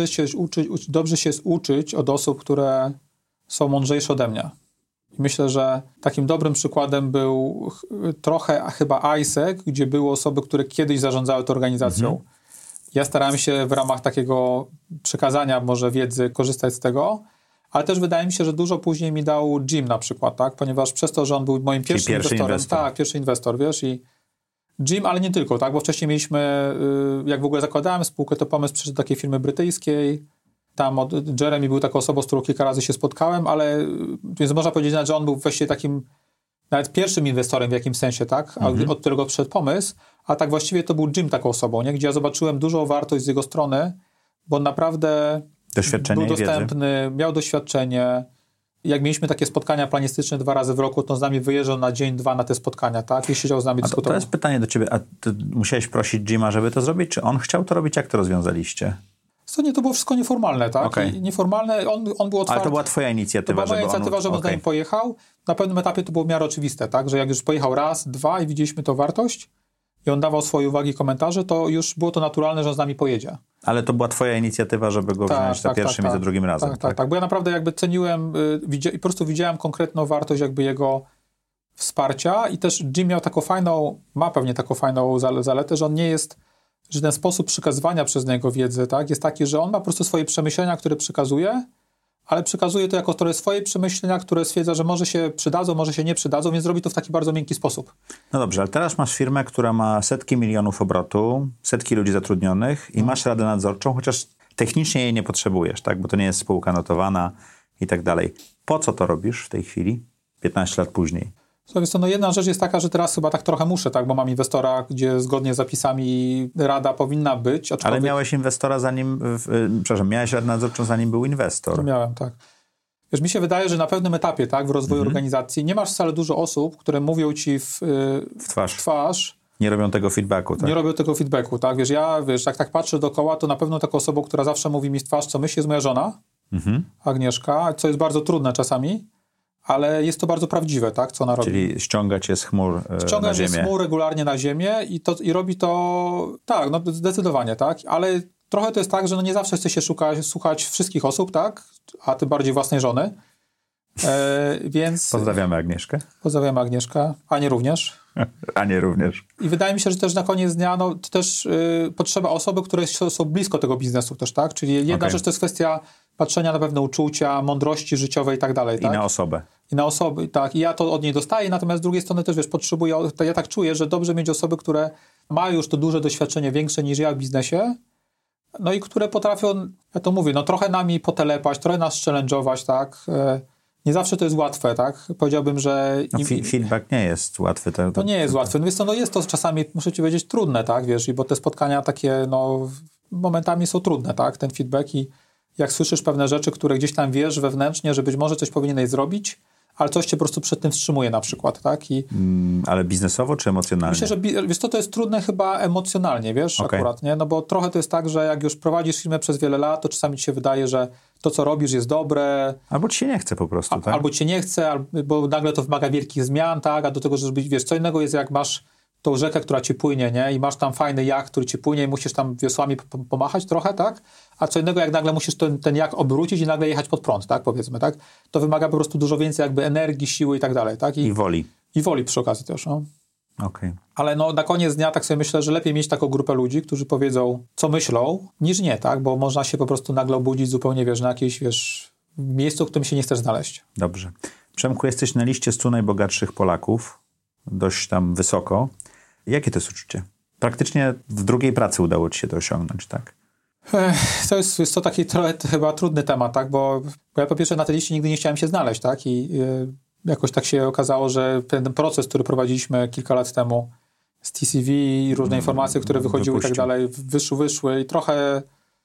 S2: dobrze się uczyć od osób, które są mądrzejsze ode mnie. I myślę, że takim dobrym przykładem był trochę chyba ISEC, gdzie były osoby, które kiedyś zarządzały tą organizacją. Ja starałem się w ramach takiego przekazania może wiedzy korzystać z tego, ale też wydaje mi się, że dużo później mi dał Jim na przykład, tak? Ponieważ przez to, że on był moim pierwszym inwestorem. Tak, pierwszy inwestor, wiesz, i Jim, ale nie tylko, tak? Bo wcześniej mieliśmy, jak w ogóle zakładałem spółkę, to pomysł przyszedł do takiej firmy brytyjskiej. Tam Jeremy był taką osobą, z którą kilka razy się spotkałem, ale więc można powiedzieć, że on był właściwie takim nawet pierwszym inwestorem w jakimś sensie, tak? Od którego przyszedł pomysł, a tak właściwie to był Jim taką osobą, nie? Gdzie ja zobaczyłem dużą wartość z jego strony, bo on naprawdę był dostępny, miał doświadczenie. Jak mieliśmy takie spotkania planistyczne 2 razy w roku, to z nami wyjeżdżał na dzień, 2 na te spotkania, tak? I siedział z nami, dyskutował.
S1: To jest pytanie do ciebie, a ty musiałeś prosić Jima, żeby to zrobić, czy on chciał to robić? Jak to rozwiązaliście?
S2: To było wszystko nieformalne, tak?
S1: Okay.
S2: I nieformalne, on był otwarty.
S1: Ale to była twoja inicjatywa,
S2: to była moja inicjatywa, żeby on z nami pojechał. Na pewnym etapie to było w miarę oczywiste, tak? Że jak już pojechał raz, 2 i widzieliśmy tą wartość i on dawał swoje uwagi i komentarze, to już było to naturalne, że on z nami pojedzie.
S1: Ale to była twoja inicjatywa, żeby go wziąć za pierwszym i za drugim razem,
S2: tak? Bo ja naprawdę jakby ceniłem i po prostu widziałem konkretną wartość jakby jego wsparcia i też Jim ma pewnie taką fajną zaletę, że on nie jest, że ten sposób przekazywania przez niego wiedzy, tak, jest taki, że on ma po prostu swoje przemyślenia, które przekazuje, ale przekazuje to jako trochę swoje przemyślenia, które stwierdza, że może się przydadzą, może się nie przydadzą, więc robi to w taki bardzo miękki sposób.
S1: No dobrze, ale teraz masz firmę, która ma setki milionów obrotu, setki ludzi zatrudnionych i masz radę nadzorczą, chociaż technicznie jej nie potrzebujesz, tak, bo to nie jest spółka notowana i tak dalej. Po co to robisz w tej chwili, 15 lat później?
S2: Jedna rzecz jest taka, że teraz chyba tak trochę muszę, tak, bo mam inwestora, gdzie zgodnie z zapisami rada powinna być.
S1: Ale miałeś inwestora miałeś radę nadzorczą zanim był inwestor.
S2: Miałem, tak. Wiesz, mi się wydaje, że na pewnym etapie, tak, w rozwoju organizacji nie masz wcale dużo osób, które mówią ci w twarz.
S1: Nie robią tego feedbacku, tak?
S2: Nie robią tego feedbacku, tak. Wiesz, jak tak patrzę dookoła, to na pewno taką osobą, która zawsze mówi mi w twarz, co myśli, jest moja żona, Agnieszka, co jest bardzo trudne czasami. Ale jest to bardzo prawdziwe, tak, co ona robi.
S1: Czyli ściąga cię z chmur na ziemię.
S2: Z chmur regularnie na ziemię i robi to, tak, no zdecydowanie, tak, ale trochę to jest tak, że no nie zawsze chce się słuchać wszystkich osób, tak, a tym bardziej własnej żony, więc...
S1: Pozdrawiamy Agnieszkę.
S2: Pozdrawiamy Agnieszkę, Anię również.
S1: Anię również.
S2: I wydaje mi się, że też na koniec dnia, no to też potrzeba osoby, które są blisko tego biznesu też, tak, czyli jedna rzecz to jest kwestia patrzenia na pewne uczucia, mądrości życiowej i tak dalej.
S1: I na osobę.
S2: I na osoby, tak. I ja to od niej dostaję, natomiast z drugiej strony też, wiesz, potrzebuję, ja tak czuję, że dobrze mieć osoby, które mają już to duże doświadczenie, większe niż ja w biznesie, no i które potrafią, ja to mówię, no trochę nami potelepać, trochę nas challenge'ować, tak. Nie zawsze to jest łatwe, tak. Powiedziałbym, że...
S1: Feedback nie jest łatwy.
S2: To nie jest łatwe. No więc no jest to czasami, muszę ci powiedzieć, trudne, tak, wiesz, bo te spotkania takie, no, momentami są trudne, tak, ten feedback i jak słyszysz pewne rzeczy, które gdzieś tam wiesz wewnętrznie, że być może coś powinieneś zrobić, ale coś cię po prostu przed tym wstrzymuje na przykład, tak?
S1: Ale biznesowo czy emocjonalnie?
S2: Myślę, że wiesz, to jest trudne chyba emocjonalnie, wiesz, akurat, nie? No bo trochę to jest tak, że jak już prowadzisz firmę przez wiele lat, to czasami ci się wydaje, że to, co robisz, jest dobre.
S1: Albo ci się nie chce po prostu, tak?
S2: Albo ci się nie chce, bo nagle to wymaga wielkich zmian, tak? A do tego, żeby, wiesz, co innego jest, jak masz tą rzekę, która ci płynie, nie? I masz tam fajny jacht, który ci płynie i musisz tam wiosłami pomachać trochę, tak? A co innego, jak nagle musisz ten jacht obrócić i nagle jechać pod prąd, tak? Powiedzmy, tak? To wymaga po prostu dużo więcej jakby energii, siły i tak dalej, tak?
S1: I woli.
S2: I woli przy okazji też, no.
S1: Okay.
S2: Ale no na koniec dnia tak sobie myślę, że lepiej mieć taką grupę ludzi, którzy powiedzą, co myślą, niż nie, tak? Bo można się po prostu nagle obudzić zupełnie, wiesz, na jakieś, wiesz, miejscu, w którym się nie chcesz znaleźć.
S1: Dobrze. Przemku, jesteś na liście 100 najbogatszych Polaków, dość tam wysoko. Jakie to jest uczucie? Praktycznie w drugiej pracy udało ci się to osiągnąć, tak?
S2: To jest to taki trochę chyba trudny temat, tak? Bo ja po pierwsze na tej liście nigdy nie chciałem się znaleźć, tak? I jakoś tak się okazało, że ten proces, który prowadziliśmy kilka lat temu z TCV i różne informacje, które wychodziły i tak dalej, wyszły i trochę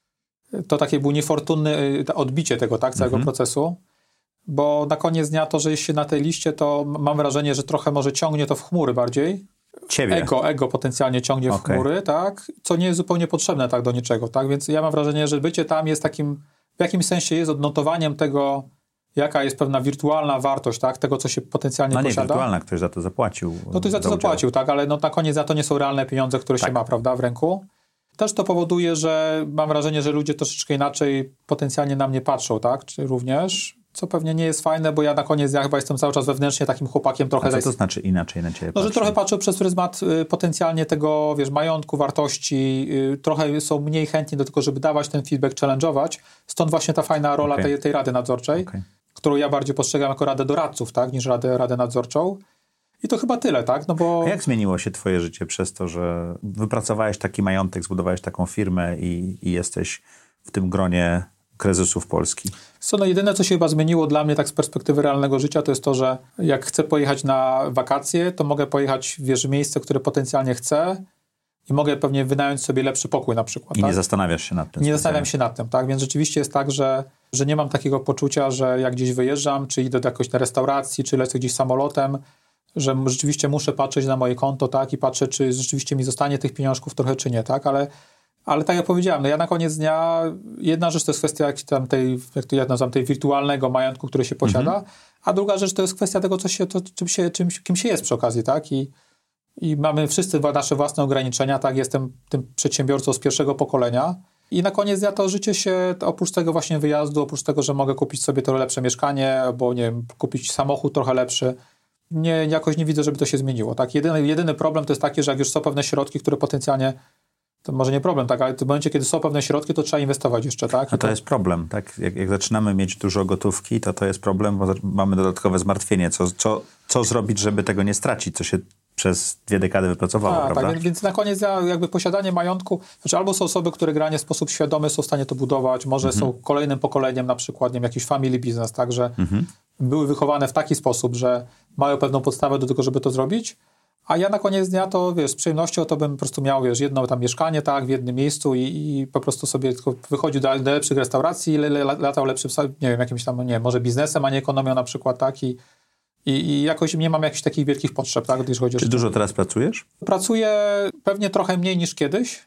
S2: to takie było niefortunne odbicie tego, tak? Całego procesu. Bo na koniec dnia to, że jest się na tej liście, to mam wrażenie, że trochę może ciągnie to w chmury bardziej.
S1: Ciebie.
S2: Ego potencjalnie ciągnie w chmury, tak? Co nie jest zupełnie potrzebne tak do niczego, tak? Więc ja mam wrażenie, że bycie tam jest takim, w jakimś sensie jest odnotowaniem tego, jaka jest pewna wirtualna wartość, tak? Tego, co się potencjalnie posiada.
S1: No nie wirtualna, ktoś za to zapłacił.
S2: No ktoś za to zapłacił, tak? Ale no na koniec za to nie są realne pieniądze, które się ma, prawda, w ręku. Też to powoduje, że mam wrażenie, że ludzie troszeczkę inaczej potencjalnie na mnie patrzą, tak? Czy również, co pewnie nie jest fajne, bo ja na koniec dnia chyba jestem cały czas wewnętrznie takim chłopakiem trochę...
S1: A co to znaczy inaczej na ciebie
S2: No, że trochę patrzę przez pryzmat potencjalnie tego, wiesz, majątku, wartości, trochę są mniej chętni do tego, żeby dawać ten feedback, challenge'ować. Stąd właśnie ta fajna rola tej rady nadzorczej, którą ja bardziej postrzegam jako radę doradców, tak, niż radę nadzorczą. I to chyba tyle, tak? No bo...
S1: A jak zmieniło się twoje życie przez to, że wypracowałeś taki majątek, zbudowałeś taką firmę i jesteś w tym gronie kryzysów Polski?
S2: No jedyne, co się chyba zmieniło dla mnie tak z perspektywy realnego życia, to jest to, że jak chcę pojechać na wakacje, to mogę pojechać, wiesz, w miejsce, które potencjalnie chcę i mogę pewnie wynająć sobie lepszy pokój na przykład.
S1: I
S2: tak?
S1: nie zastanawiasz się nad tym.
S2: Nie zastanawiam się nad tym, tak? Więc rzeczywiście jest tak, że nie mam takiego poczucia, że jak gdzieś wyjeżdżam, czy idę do jakiejś restauracji, czy lecę gdzieś samolotem, że rzeczywiście muszę patrzeć na moje konto, tak? I patrzę, czy rzeczywiście mi zostanie tych pieniążków trochę, czy nie, tak? Ale tak jak powiedziałem, no ja na koniec dnia, jedna rzecz to jest kwestia jak to ja nazywam, tej wirtualnego majątku, który się posiada, a druga rzecz to jest kwestia tego, kim się jest przy okazji, tak? I mamy wszyscy nasze własne ograniczenia, tak? Jestem tym przedsiębiorcą z pierwszego pokolenia i na koniec dnia to życie się, oprócz tego właśnie wyjazdu, oprócz tego, że mogę kupić sobie trochę lepsze mieszkanie, albo nie wiem, kupić samochód trochę lepszy, jakoś nie widzę, żeby to się zmieniło, tak? Jedyny problem to jest taki, że jak już są pewne środki, które potencjalnie to może nie problem, tak, ale w momencie, kiedy są pewne środki, to trzeba inwestować jeszcze, tak?
S1: No to jest problem, tak? Jak zaczynamy mieć dużo gotówki, to jest problem, bo mamy dodatkowe zmartwienie. Co zrobić, żeby tego nie stracić, co się przez 2 dekady wypracowało, prawda?
S2: Tak, więc na koniec jakby posiadanie majątku, znaczy albo są osoby, które granie w sposób świadomy są w stanie to budować, może są kolejnym pokoleniem na przykład, nie wiem, jakiś family business, tak, że były wychowane w taki sposób, że mają pewną podstawę do tego, żeby to zrobić, a ja na koniec dnia to, wiesz, z przyjemnością to bym po prostu miał, wiesz, jedno tam mieszkanie, tak, w jednym miejscu i po prostu sobie tylko wychodził do lepszych restauracji, latał lepszym, nie wiem, jakimś tam, nie może biznesem, a nie ekonomią na przykład, tak, i jakoś nie mam jakichś takich wielkich potrzeb, tak, gdyż chodzi o...
S1: Czy dużo teraz pracujesz?
S2: Pracuję pewnie trochę mniej niż kiedyś,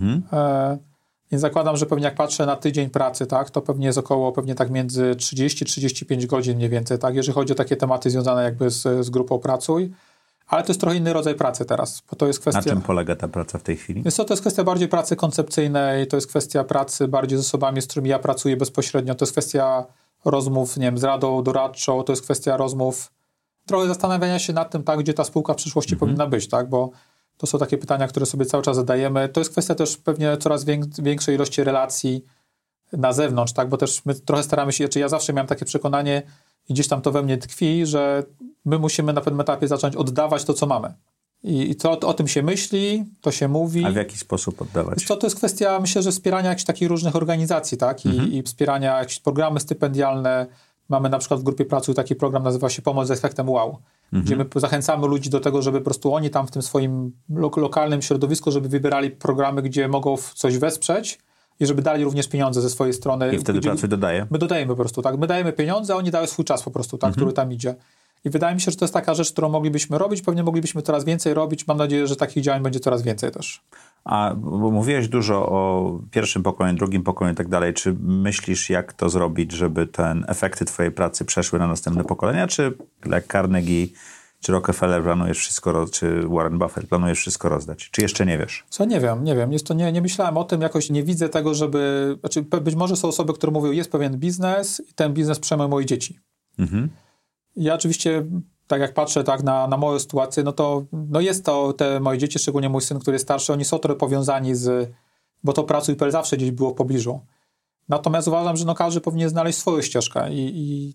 S2: więc zakładam, że pewnie jak patrzę na tydzień pracy, tak, to pewnie jest około tak między 30-35 godzin mniej więcej, tak, jeżeli chodzi o takie tematy związane jakby z grupą Pracuj. Ale to jest trochę inny rodzaj pracy teraz, bo to jest kwestia...
S1: Na czym polega ta praca w tej chwili?
S2: To jest kwestia bardziej pracy koncepcyjnej, to jest kwestia pracy bardziej z osobami, z którymi ja pracuję bezpośrednio, to jest kwestia rozmów, nie wiem, z radą doradczą, to jest kwestia rozmów, trochę zastanawiania się nad tym, tak, gdzie ta spółka w przyszłości powinna być, tak, bo to są takie pytania, które sobie cały czas zadajemy. To jest kwestia też pewnie coraz większej ilości relacji na zewnątrz, tak, bo też my trochę staramy się, czy ja zawsze miałem takie przekonanie i gdzieś tam to we mnie tkwi, że my musimy na pewnym etapie zacząć oddawać to, co mamy. I to o tym się myśli, to się mówi.
S1: A w jaki sposób oddawać?
S2: To jest kwestia, myślę, że wspierania jakichś takich różnych organizacji, tak? I wspierania jakieś programy stypendialne. Mamy na przykład w grupie Pracuj taki program, nazywa się Pomoc z efektem wow, gdzie my zachęcamy ludzi do tego, żeby po prostu oni tam w tym swoim lokalnym środowisku, żeby wybierali programy, gdzie mogą coś wesprzeć i żeby dali również pieniądze ze swojej strony.
S1: I wtedy Pracuj dodaje?
S2: My dodajemy po prostu, tak? My dajemy pieniądze, a oni dają swój czas po prostu, tak? Który tam idzie. I wydaje mi się, że to jest taka rzecz, którą moglibyśmy robić, pewnie moglibyśmy coraz więcej robić. Mam nadzieję, że takich działań będzie coraz więcej też.
S1: A bo mówiłeś dużo o pierwszym pokoleniu, drugim pokoleniu i tak dalej. Czy myślisz, jak to zrobić, żeby efekty twojej pracy przeszły na następne pokolenia? Czy jak Carnegie, czy Rockefeller planujesz wszystko, czy Warren Buffett planujesz wszystko rozdać? Czy jeszcze nie wiesz?
S2: Nie wiem. Jest to, nie myślałem o tym, jakoś nie widzę tego, żeby... Znaczy, być może są osoby, które mówią, jest pewien biznes i ten biznes przejmą moje dzieci. Ja oczywiście, tak jak patrzę tak na moją sytuację, no jest to te moje dzieci, szczególnie mój syn, który jest starszy, oni są trochę powiązani bo to Pracuj.pl zawsze gdzieś było w pobliżu. Natomiast uważam, że każdy powinien znaleźć swoją ścieżkę i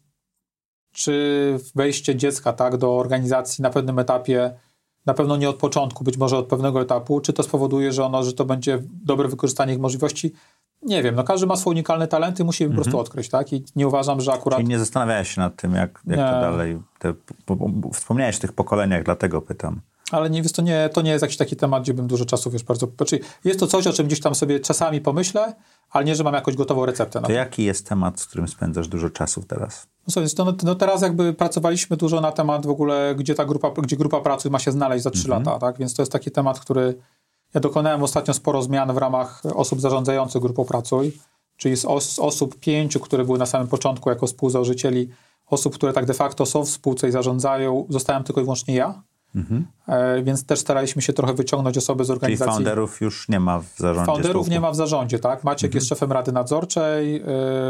S2: czy wejście dziecka, tak, do organizacji na pewnym etapie, na pewno nie od początku, być może od pewnego etapu, czy to spowoduje, że to będzie dobre wykorzystanie ich możliwości, Nie wiem, no każdy ma swój unikalny talent i musi je po prostu odkryć, tak? I nie uważam, że akurat...
S1: Czyli nie zastanawiałeś się nad tym, jak to dalej... Wspomniałeś o tych pokoleniach, dlatego pytam.
S2: Ale to nie jest jakiś taki temat, gdzie bym dużo czasu, bardzo... Znaczy jest to coś, o czym gdzieś tam sobie czasami pomyślę, ale nie, że mam jakąś gotową receptę.
S1: To jaki jest temat, z którym spędzasz dużo czasu teraz?
S2: No teraz jakby pracowaliśmy dużo na temat w ogóle, gdzie grupa pracy ma się znaleźć za 3 lata, tak? Więc to jest taki temat, który... Ja dokonałem ostatnio sporo zmian w ramach osób zarządzających grupą Pracuj, czyli z osób 5, które były na samym początku jako współzałożycieli, osób, które tak de facto są w spółce i zarządzają, zostałem tylko i wyłącznie ja. Więc też staraliśmy się trochę wyciągnąć osoby z organizacji.
S1: Czyli founderów już nie ma w zarządzie
S2: Founderów
S1: spółku.
S2: nie ma w zarządzie, tak? Maciek jest szefem Rady Nadzorczej,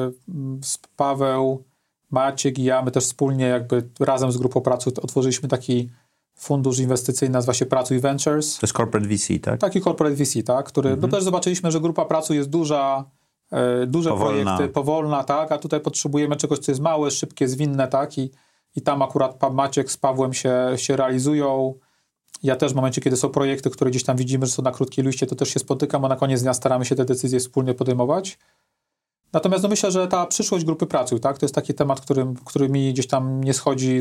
S2: Paweł, Maciek i ja, my też wspólnie jakby razem z grupą Pracuj otworzyliśmy taki fundusz inwestycyjny, nazywa się Pracuj Ventures.
S1: To jest corporate VC, tak?
S2: Taki corporate VC, tak? Który, no też zobaczyliśmy, że grupa Pracuj jest duża, duże projekty, powolna, tak? A tutaj potrzebujemy czegoś, co jest małe, szybkie, zwinne, tak? I tam akurat Maciek z Pawłem się realizują. Ja też w momencie, kiedy są projekty, które gdzieś tam widzimy, że są na krótkiej liście, to też się spotykam, a na koniec dnia staramy się te decyzje wspólnie podejmować. Natomiast myślę, że ta przyszłość grupy Pracuj, tak? To jest taki temat, który mi gdzieś tam nie schodzi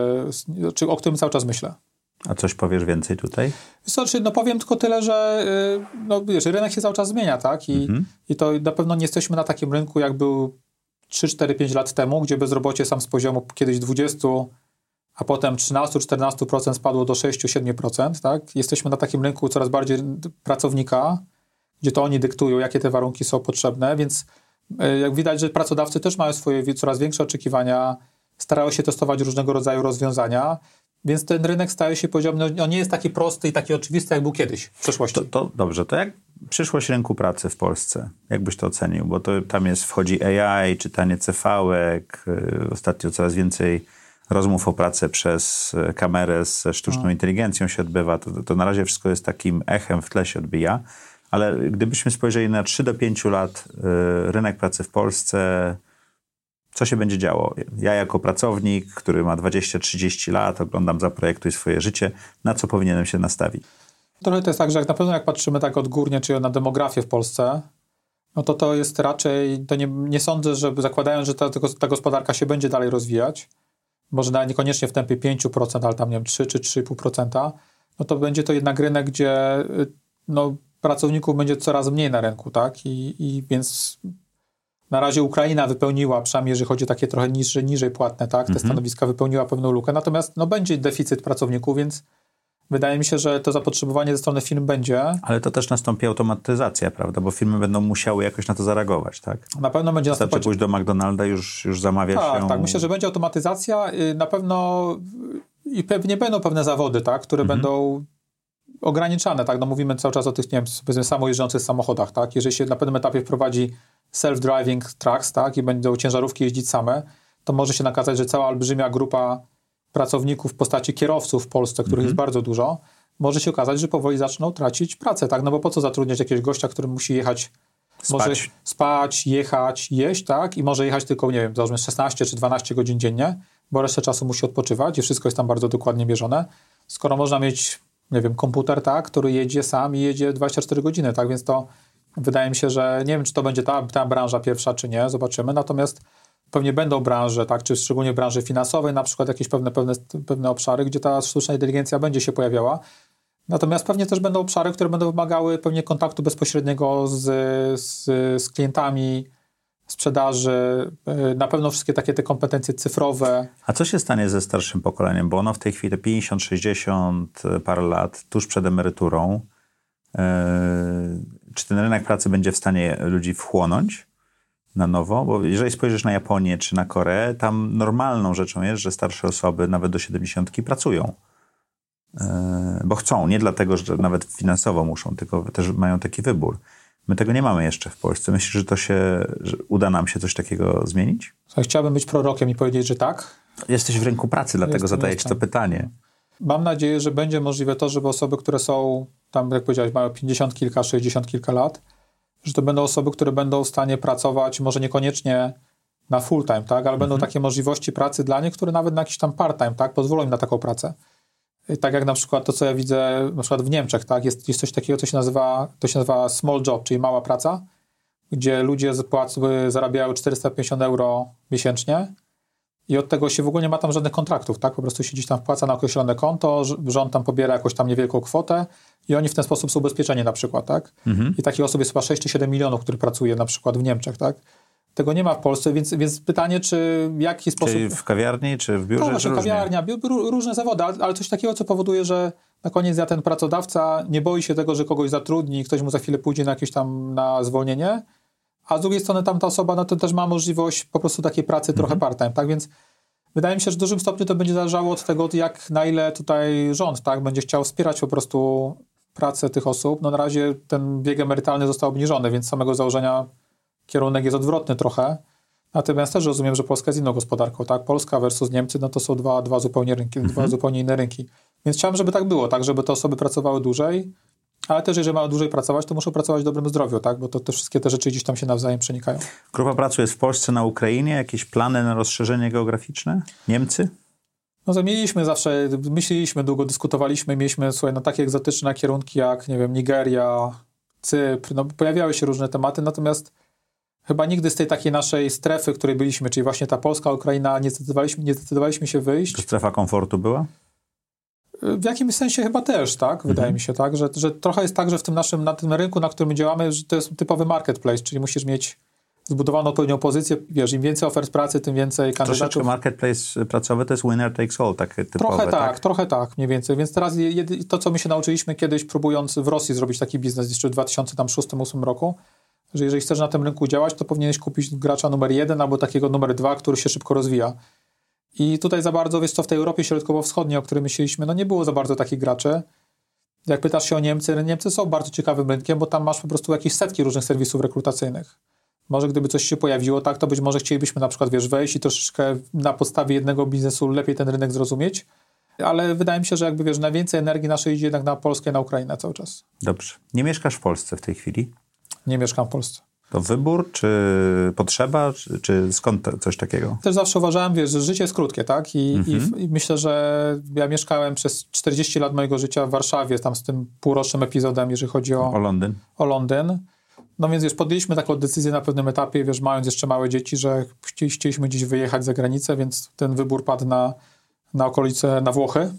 S2: o którym cały czas myślę.
S1: A coś powiesz więcej tutaj?
S2: Powiem tylko tyle, że rynek się cały czas zmienia, tak? I to na pewno nie jesteśmy na takim rynku, jak był 3, 4, 5 lat temu, gdzie bezrobocie sam z poziomu kiedyś 20, a potem 13-14% spadło do 6-7%, tak? Jesteśmy na takim rynku coraz bardziej pracownika, gdzie to oni dyktują, jakie te warunki są potrzebne, więc jak widać, że pracodawcy też mają swoje coraz większe oczekiwania, starają się testować różnego rodzaju rozwiązania, więc ten rynek staje się, powiedziałbym, on nie jest taki prosty i taki oczywisty, jak był kiedyś w przeszłości.
S1: To dobrze, to jak przyszłość rynku pracy w Polsce? Jak byś to ocenił? Bo to tam wchodzi AI, czytanie CV-ek, ostatnio coraz więcej rozmów o pracę przez kamerę ze sztuczną inteligencją się odbywa. To na razie wszystko jest takim echem w tle się odbija, ale gdybyśmy spojrzeli na 3 do 5 lat rynek pracy w Polsce, co się będzie działo? Ja jako pracownik, który ma 20-30 lat, oglądam Zaprojektuj swoje życie, na co powinienem się nastawić?
S2: Trochę to jest tak, że na pewno jak patrzymy tak odgórnie, czyli na demografię w Polsce, no to jest raczej, to nie sądzę, że zakładając, że ta gospodarka się będzie dalej rozwijać, może nawet niekoniecznie w tempie 5%, ale tam nie wiem, 3 czy 3,5%, no to będzie to jednak rynek, gdzie pracowników będzie coraz mniej na rynku, tak? I więc na razie Ukraina wypełniła, przynajmniej jeżeli chodzi o takie trochę niżej płatne, tak? Te stanowiska wypełniła pewną lukę, natomiast będzie deficyt pracowników, więc wydaje mi się, że to zapotrzebowanie ze strony firm będzie. Ale
S1: to też nastąpi automatyzacja, prawda? Bo firmy będą musiały jakoś na to zareagować, tak?
S2: Na pewno będzie nastąpić.
S1: Wystarczy pójść do McDonalda, już zamawia się...
S2: Tak, myślę, że będzie automatyzacja. Na pewno i pewnie będą pewne zawody, tak? Które będą ograniczane, tak? Mówimy cały czas o tych, nie wiem, powiedzmy samojeżdżących samochodach, tak? Jeżeli się na pewnym etapie wprowadzi self-driving trucks, tak? I będą ciężarówki jeździć same, to może się okazać, że cała olbrzymia grupa pracowników w postaci kierowców w Polsce, których jest bardzo dużo, może się okazać, że powoli zaczną tracić pracę, tak? Bo po co zatrudniać jakiegoś gościa, który musi jechać, może spać, jechać, jeść, tak? I może jechać tylko, nie wiem, załóżmy 16 czy 12 godzin dziennie, bo resztę czasu musi odpoczywać i wszystko jest tam bardzo dokładnie mierzone. Skoro można mieć, nie wiem, komputer, tak? Który jedzie sam i jedzie 24 godziny, tak? Więc to wydaje mi się, że nie wiem, czy to będzie ta branża pierwsza, czy nie, zobaczymy. Natomiast pewnie będą branże, tak, czy szczególnie w branży finansowej, na przykład jakieś pewne obszary, gdzie ta sztuczna inteligencja będzie się pojawiała. Natomiast pewnie też będą obszary, które będą wymagały pewnie kontaktu bezpośredniego z klientami, sprzedaży, na pewno wszystkie takie te kompetencje cyfrowe.
S1: A co się stanie ze starszym pokoleniem? Bo ono w tej chwili te 50, 60 parę lat, tuż przed emeryturą, czy ten rynek pracy będzie w stanie ludzi wchłonąć na nowo? Bo jeżeli spojrzysz na Japonię czy na Koreę, tam normalną rzeczą jest, że starsze osoby nawet do 70 pracują. Bo chcą, nie dlatego, że nawet finansowo muszą, tylko też mają taki wybór. My tego nie mamy jeszcze w Polsce. Myślisz, że uda nam się coś takiego zmienić?
S2: Chciałbym być prorokiem i powiedzieć, że tak.
S1: Jesteś w rynku pracy, dlatego zadaję ci to pytanie.
S2: Mam nadzieję, że będzie możliwe to, żeby osoby, które są tam, jak powiedziałeś, mają 50 kilka, 60 kilka lat, że to będą osoby, które będą w stanie pracować, może niekoniecznie na full time, tak, ale będą takie możliwości pracy dla nich, które nawet na jakiś tam part time, tak, pozwolą im na taką pracę. Tak jak na przykład to, co ja widzę na przykład w Niemczech, tak, jest coś takiego, to się nazywa small job, czyli mała praca, gdzie ludzie zarabiają 450 euro miesięcznie i od tego się w ogóle nie ma tam żadnych kontraktów, tak? Po prostu się gdzieś tam wpłaca na określone konto, rząd tam pobiera jakąś tam niewielką kwotę i oni w ten sposób są ubezpieczeni na przykład, tak? I takich osób jest chyba 6 czy 7 milionów, które pracuje na przykład w Niemczech, tak? Tego nie ma w Polsce, więc pytanie, czy w jaki sposób...
S1: Czyli w kawiarni, czy w biurze?
S2: No, kawiarnia, różne zawody, ale coś takiego, co powoduje, że na koniec dnia ten pracodawca nie boi się tego, że kogoś zatrudni i ktoś mu za chwilę pójdzie na jakieś tam na zwolnienie, a z drugiej strony tamta osoba no to też ma możliwość po prostu takiej pracy trochę part-time, tak? Więc wydaje mi się, że w dużym stopniu to będzie zależało od tego, na ile tutaj rząd, tak, będzie chciał wspierać po prostu pracę tych osób. No na razie ten wiek emerytalny został obniżony, więc z samego założenia kierunek jest odwrotny trochę. Natomiast też rozumiem, że Polska jest inną gospodarką, tak? Polska versus Niemcy, no to są dwa zupełnie inne rynki. Więc chciałem, żeby tak było, tak? Żeby te osoby pracowały dłużej, ale też jeżeli mają dłużej pracować, to muszą pracować w dobrym zdrowiu, tak? Bo to te wszystkie te rzeczy gdzieś tam się nawzajem przenikają.
S1: Grupa pracy jest w Polsce, na Ukrainie. Jakieś plany na rozszerzenie geograficzne? Niemcy?
S2: No mieliśmy zawsze, myśleliśmy, długo dyskutowaliśmy, mieliśmy, słuchaj, no takie egzotyczne kierunki jak, nie wiem, Nigeria, Cypr, no pojawiały się różne tematy, natomiast chyba nigdy z tej takiej naszej strefy, w której byliśmy, czyli właśnie ta Polska, Ukraina, nie zdecydowaliśmy się wyjść.
S1: To strefa komfortu była?
S2: W jakimś sensie chyba też, tak? Wydaje mi się, tak? Że trochę jest tak, że w tym na tym rynku, na którym działamy, że to jest typowy marketplace, czyli musisz mieć zbudowaną odpowiednią pozycję, wiesz, im więcej ofert pracy, tym więcej kandydatów.
S1: Troszeczkę marketplace pracowy to jest winner takes all, takie typowe,
S2: trochę tak, mniej więcej. Więc teraz to, co my się nauczyliśmy kiedyś, próbując w Rosji zrobić taki biznes jeszcze w 2006-2008 roku, że jeżeli chcesz na tym rynku działać, to powinieneś kupić gracza numer 1 albo takiego numer 2, który się szybko rozwija. I tutaj za bardzo, wiesz co, w tej Europie Środkowo-Wschodniej, o której myśleliśmy, no nie było za bardzo takich graczy. Jak pytasz się o Niemcy są bardzo ciekawym rynkiem, bo tam masz po prostu jakieś setki różnych serwisów rekrutacyjnych. Może gdyby coś się pojawiło, tak, to być może chcielibyśmy na przykład, wiesz, wejść i troszeczkę na podstawie jednego biznesu lepiej ten rynek zrozumieć, ale wydaje mi się, że jakby, wiesz, najwięcej energii naszej idzie jednak na Polskę i na Ukrainę cały czas.
S1: Dobrze. Nie mieszkasz w Polsce w tej chwili?
S2: Nie mieszkam w Polsce.
S1: To wybór, czy potrzeba, czy skąd coś takiego?
S2: Też zawsze uważałem, wiesz, że życie jest krótkie, tak? I myślę, że ja mieszkałem przez 40 lat mojego życia w Warszawie, tam z tym półrocznym epizodem, jeżeli chodzi o Londyn. No więc już podjęliśmy taką decyzję na pewnym etapie, wiesz, mając jeszcze małe dzieci, że chcieliśmy gdzieś wyjechać za granicę, więc ten wybór padł na okolice, na Włochy.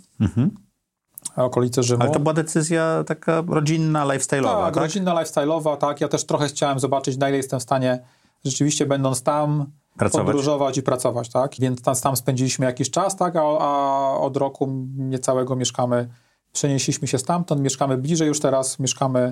S2: Okolice Rzymu.
S1: Ale to była decyzja taka rodzinna, lifestyle'owa, tak?
S2: Rodzinna, lifestyle'owa, tak. Ja też trochę chciałem zobaczyć, na ile jestem w stanie rzeczywiście, będąc tam, podróżować i pracować, tak? Więc tam spędziliśmy jakiś czas, tak? A od roku niecałego przenieśliśmy się stamtąd, mieszkamy bliżej, już teraz mieszkamy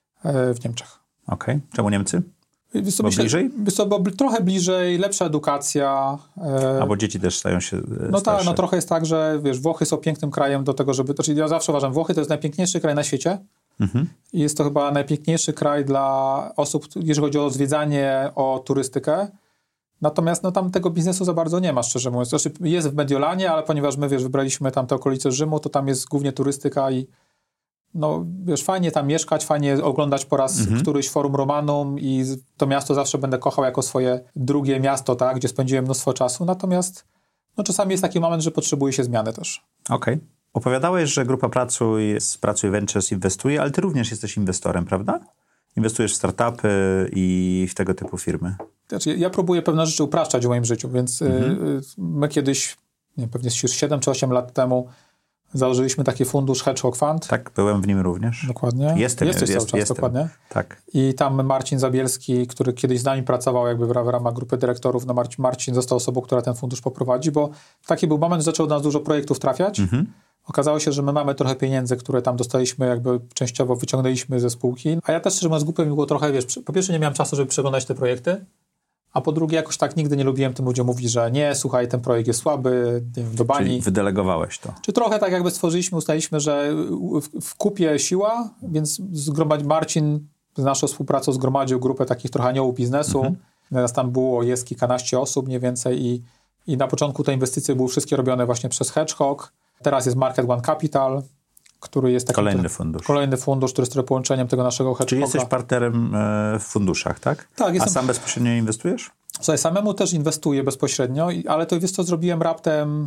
S2: w Niemczech.
S1: Okej. Czemu Niemcy? Bo bliżej?
S2: Bo trochę bliżej, lepsza edukacja.
S1: Albo dzieci też stają się
S2: No
S1: starsze.
S2: tak, no trochę jest tak, że wiesz, Włochy są pięknym krajem do tego, żeby... Znaczy ja zawsze uważam, Włochy to jest najpiękniejszy kraj na świecie. I jest to chyba najpiękniejszy kraj dla osób, jeżeli chodzi o zwiedzanie, o turystykę. Natomiast no tam tego biznesu za bardzo nie ma, szczerze mówiąc. Znaczy jest w Mediolanie, ale ponieważ my, wiesz, wybraliśmy tam te okolice Rzymu, to tam jest głównie turystyka i no, wiesz, fajnie tam mieszkać, fajnie oglądać po raz któryś Forum Romanum i to miasto zawsze będę kochał jako swoje drugie miasto, tak, gdzie spędziłem mnóstwo czasu. Natomiast no, czasami jest taki moment, że potrzebuje się zmiany też.
S1: Okej. Opowiadałeś, że grupa Pracuj Ventures inwestuje, ale ty również jesteś inwestorem, prawda? Inwestujesz w startupy i w tego typu firmy.
S2: Znaczy, ja próbuję pewne rzeczy upraszczać w moim życiu, więc my kiedyś, nie wiem, pewnie 7 czy 8 lat temu założyliśmy taki fundusz Hedgehog Fund.
S1: Tak, byłem w nim również.
S2: Dokładnie. Jesteś cały czas, dokładnie.
S1: Tak.
S2: I tam Marcin Zabielski, który kiedyś z nami pracował jakby w ramach grupy dyrektorów, no Marcin został osobą, która ten fundusz poprowadzi, bo taki był moment, że zaczął do nas dużo projektów trafiać. Okazało się, że my mamy trochę pieniędzy, które tam dostaliśmy, jakby częściowo wyciągnęliśmy ze spółki. A ja też, szczerze mówiąc, głupio mi było trochę, wiesz, po pierwsze nie miałem czasu, żeby przeglądać te projekty, a po drugie jakoś tak nigdy nie lubiłem tym ludziom mówić, że nie, słuchaj, ten projekt jest słaby, nie wiem, do bani.
S1: Czyli wydelegowałeś to.
S2: Czy trochę tak jakby ustaliśmy, że w kupie siła, więc Marcin z naszą współpracą zgromadził grupę takich trochę aniołów biznesu. Teraz tam jest kilkanaście osób mniej więcej i na początku te inwestycje były wszystkie robione właśnie przez Hedgehog. Teraz jest Market One Capital, który jest taki... Kolejny fundusz, który jest połączeniem tego naszego Hedgehoga.
S1: Czyli jesteś partnerem w funduszach, tak?
S2: Tak.
S1: A sam bezpośrednio inwestujesz?
S2: Słuchaj, samemu też inwestuję bezpośrednio, ale to zrobiłem raptem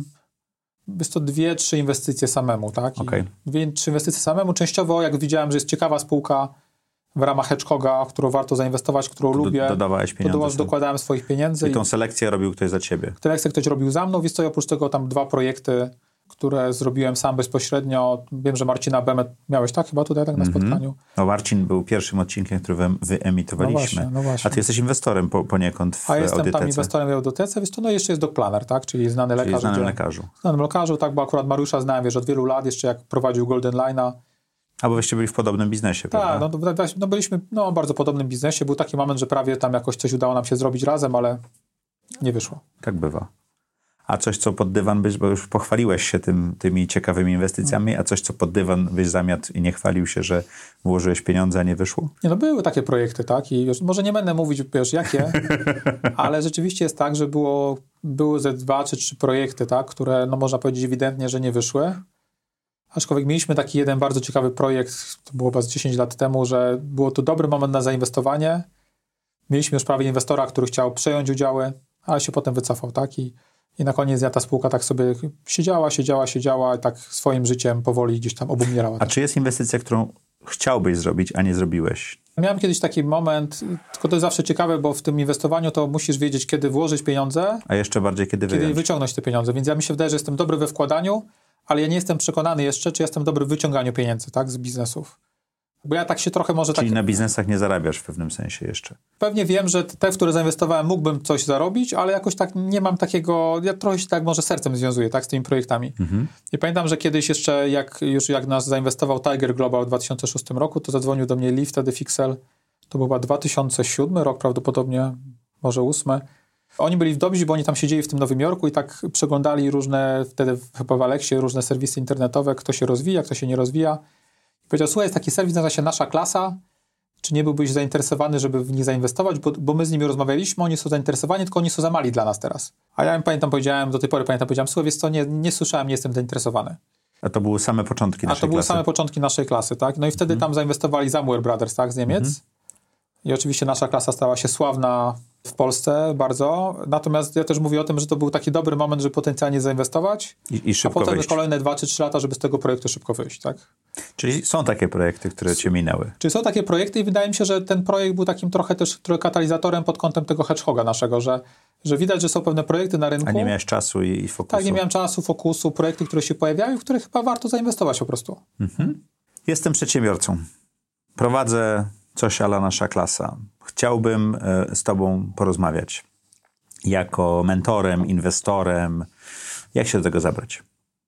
S2: 2-3 inwestycje samemu, tak? 2-3 inwestycje samemu. Częściowo, jak widziałem, że jest ciekawa spółka w ramach hedgehoga, w którą warto zainwestować, którą lubię.
S1: Dodawałeś pieniądze.
S2: Dokładałem swoich pieniędzy.
S1: I tą selekcję robił ktoś za ciebie.
S2: Selekcję ktoś robił za mną, więc to oprócz tego tam 2 projekty, które zrobiłem sam bezpośrednio. Wiem, że Marcina Bemet miałeś, tak? Chyba tutaj tak na spotkaniu.
S1: No Marcin był pierwszym odcinkiem, który wyemitowaliśmy.
S2: No właśnie.
S1: A ty jesteś inwestorem poniekąd w
S2: A jestem
S1: Audytece.
S2: tam inwestorem w Audytece, więc to no jeszcze jest Doc Planner, tak? Czyli znany lekarz.
S1: Znanym lekarzu.
S2: Znanym lekarzu, tak, bo akurat Mariusza znałem, wiesz, od wielu lat, jeszcze jak prowadził Golden Line'a.
S1: A bo wyście byli w podobnym biznesie, prawda?
S2: Tak, no byliśmy w bardzo podobnym biznesie. Był taki moment, że prawie tam jakoś coś udało nam się zrobić razem, ale nie wyszło.
S1: Tak bywa. A coś, co pod dywan byś, bo już pochwaliłeś się tymi ciekawymi inwestycjami, a coś, co pod dywan byś zamiatł i nie chwalił się, że włożyłeś pieniądze, a nie wyszło?
S2: Nie, no były takie projekty, tak? I już, może nie będę mówić, wiesz, jakie, ale rzeczywiście jest tak, że były ze 2 czy 3 projekty, tak? Które, no można powiedzieć ewidentnie, że nie wyszły. Aczkolwiek mieliśmy taki jeden bardzo ciekawy projekt, to było chyba z 10 lat temu, że było to dobry moment na zainwestowanie. Mieliśmy już prawie inwestora, który chciał przejąć udziały, ale się potem wycofał, tak? I na koniec dnia ta spółka tak sobie siedziała i tak swoim życiem powoli gdzieś tam obumierała.
S1: A czy jest inwestycja, którą chciałbyś zrobić, a nie zrobiłeś?
S2: Miałem kiedyś taki moment, tylko to jest zawsze ciekawe, bo w tym inwestowaniu to musisz wiedzieć, kiedy włożyć pieniądze,
S1: a jeszcze bardziej, kiedy
S2: wyciągnąć te pieniądze. Więc ja mi się wydaje, że jestem dobry we wkładaniu, ale ja nie jestem przekonany jeszcze, czy jestem dobry w wyciąganiu pieniędzy, tak, z biznesów. Bo ja tak się trochę może...
S1: Czyli na biznesach nie zarabiasz w pewnym sensie jeszcze.
S2: Pewnie wiem, że te, w które zainwestowałem, mógłbym coś zarobić, ale jakoś tak nie mam takiego... Ja trochę się tak może sercem związuję, tak, z tymi projektami. I pamiętam, że kiedyś jeszcze, jak nas zainwestował Tiger Global w 2006 roku, to zadzwonił do mnie Lee, wtedy Fixel. To był chyba 2007 rok prawdopodobnie, może 2008. Oni byli w dobrzy, bo oni tam siedzieli w tym Nowym Jorku i tak przeglądali różne, wtedy chyba w Aleksie, różne serwisy internetowe, kto się rozwija, kto się nie rozwija. I powiedział, słuchaj, jest taki serwis, nazywa się Nasza Klasa, czy nie byłbyś zainteresowany, żeby w nich zainwestować, bo my z nimi rozmawialiśmy, oni są zainteresowani, tylko oni są za mali dla nas teraz. A ja im powiedziałem, słuchaj, wiesz co, nie słyszałem, nie jestem zainteresowany.
S1: A to były same początki naszej klasy.
S2: A to były same początki naszej klasy, tak? No i wtedy tam zainwestowali Zamware Brothers, tak, z Niemiec. I oczywiście Nasza Klasa stała się sławna w Polsce bardzo. Natomiast ja też mówię o tym, że to był taki dobry moment, żeby potencjalnie zainwestować.
S1: I szybko
S2: a potem
S1: wyjść.
S2: Kolejne 2 czy 3 lata, żeby z tego projektu szybko wyjść, tak?
S1: Czyli są takie projekty, które cię minęły.
S2: Czyli są takie projekty i wydaje mi się, że ten projekt był takim trochę katalizatorem pod kątem tego hedgehoga naszego, że widać, że są pewne projekty na rynku.
S1: A nie miałeś czasu i fokusu.
S2: Tak, nie miałem czasu, fokusu, projekty, które się pojawiają, w które chyba warto zainwestować po prostu.
S1: Jestem przedsiębiorcą. Prowadzę coś a la Nasza Klasa. Chciałbym z tobą porozmawiać. Jako mentorem, inwestorem. Jak się do tego zabrać?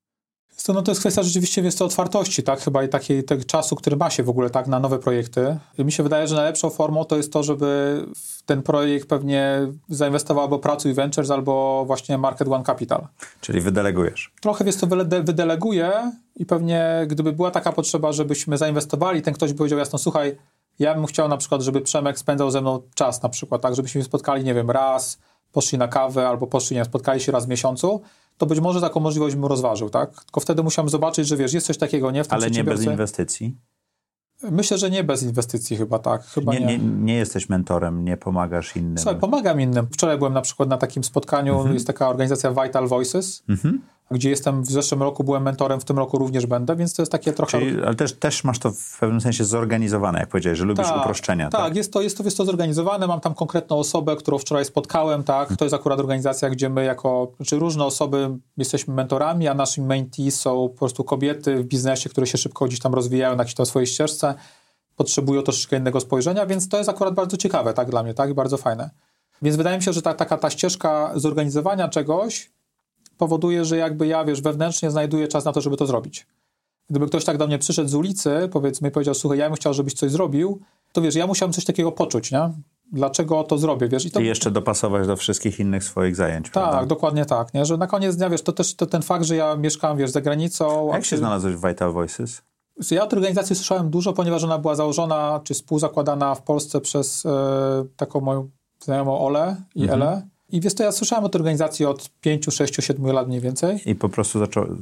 S2: To jest kwestia rzeczywiście otwartości, tak? Chyba i tego czasu, który ma się w ogóle tak na nowe projekty. I mi się wydaje, że najlepszą formą to jest to, żeby w ten projekt pewnie zainwestował albo Pracuj Ventures, albo właśnie Market One Capital.
S1: Czyli wydelegujesz.
S2: Trochę wydeleguję i pewnie gdyby była taka potrzeba, żebyśmy zainwestowali, ten ktoś by powiedział jasno, słuchaj, ja bym chciał na przykład, żeby Przemek spędzał ze mną czas na przykład, tak? Żebyśmy się spotkali, nie wiem, raz, poszli na kawę albo spotkali się raz w miesiącu, to być może taką możliwość bym rozważył, tak? Tylko wtedy musiałem zobaczyć, że wiesz, jest coś takiego, nie? W tym
S1: ale nie bez inwestycji?
S2: Myślę, że nie bez inwestycji chyba, tak. Chyba
S1: nie jesteś mentorem, nie pomagasz innym.
S2: Słuchaj, pomagam innym. Wczoraj byłem na przykład na takim spotkaniu, jest taka organizacja Vital Voices, gdzie jestem, w zeszłym roku byłem mentorem, w tym roku również będę, więc to jest takie trochę...
S1: Ale też masz to w pewnym sensie zorganizowane, jak powiedziałeś, że lubisz uproszczenia.
S2: Tak, jest to zorganizowane, mam tam konkretną osobę, którą wczoraj spotkałem, tak, to jest akurat organizacja, gdzie my różne osoby jesteśmy mentorami, a naszymi mentees są po prostu kobiety w biznesie, które się szybko gdzieś tam rozwijają na jakiejś tam swojej ścieżce, potrzebują troszeczkę innego spojrzenia, więc to jest akurat bardzo ciekawe, tak, dla mnie, tak, i bardzo fajne. Więc wydaje mi się, że ta ścieżka zorganizowania czegoś powoduje, że jakby ja, wiesz, wewnętrznie znajduję czas na to, żeby to zrobić. Gdyby ktoś tak do mnie przyszedł z ulicy, powiedzmy, i powiedział, słuchaj, ja bym chciał, żebyś coś zrobił, to wiesz, ja musiałem coś takiego poczuć, nie? Dlaczego to zrobię, wiesz? I
S1: jeszcze dopasować do wszystkich innych swoich zajęć,
S2: tak,
S1: prawda?
S2: Dokładnie tak, nie? Że na koniec dnia, wiesz, to też ten fakt, że ja mieszkam, wiesz, za granicą...
S1: Jak się znalazłeś w Vital Voices?
S2: Ja o tej organizacji słyszałem dużo, ponieważ ona była założona, czy współzakładana w Polsce przez taką moją znajomą Olę i Elę. I wiesz, to ja słyszałem o tej organizacji od 5, 6, 7 lat mniej więcej.
S1: I po prostu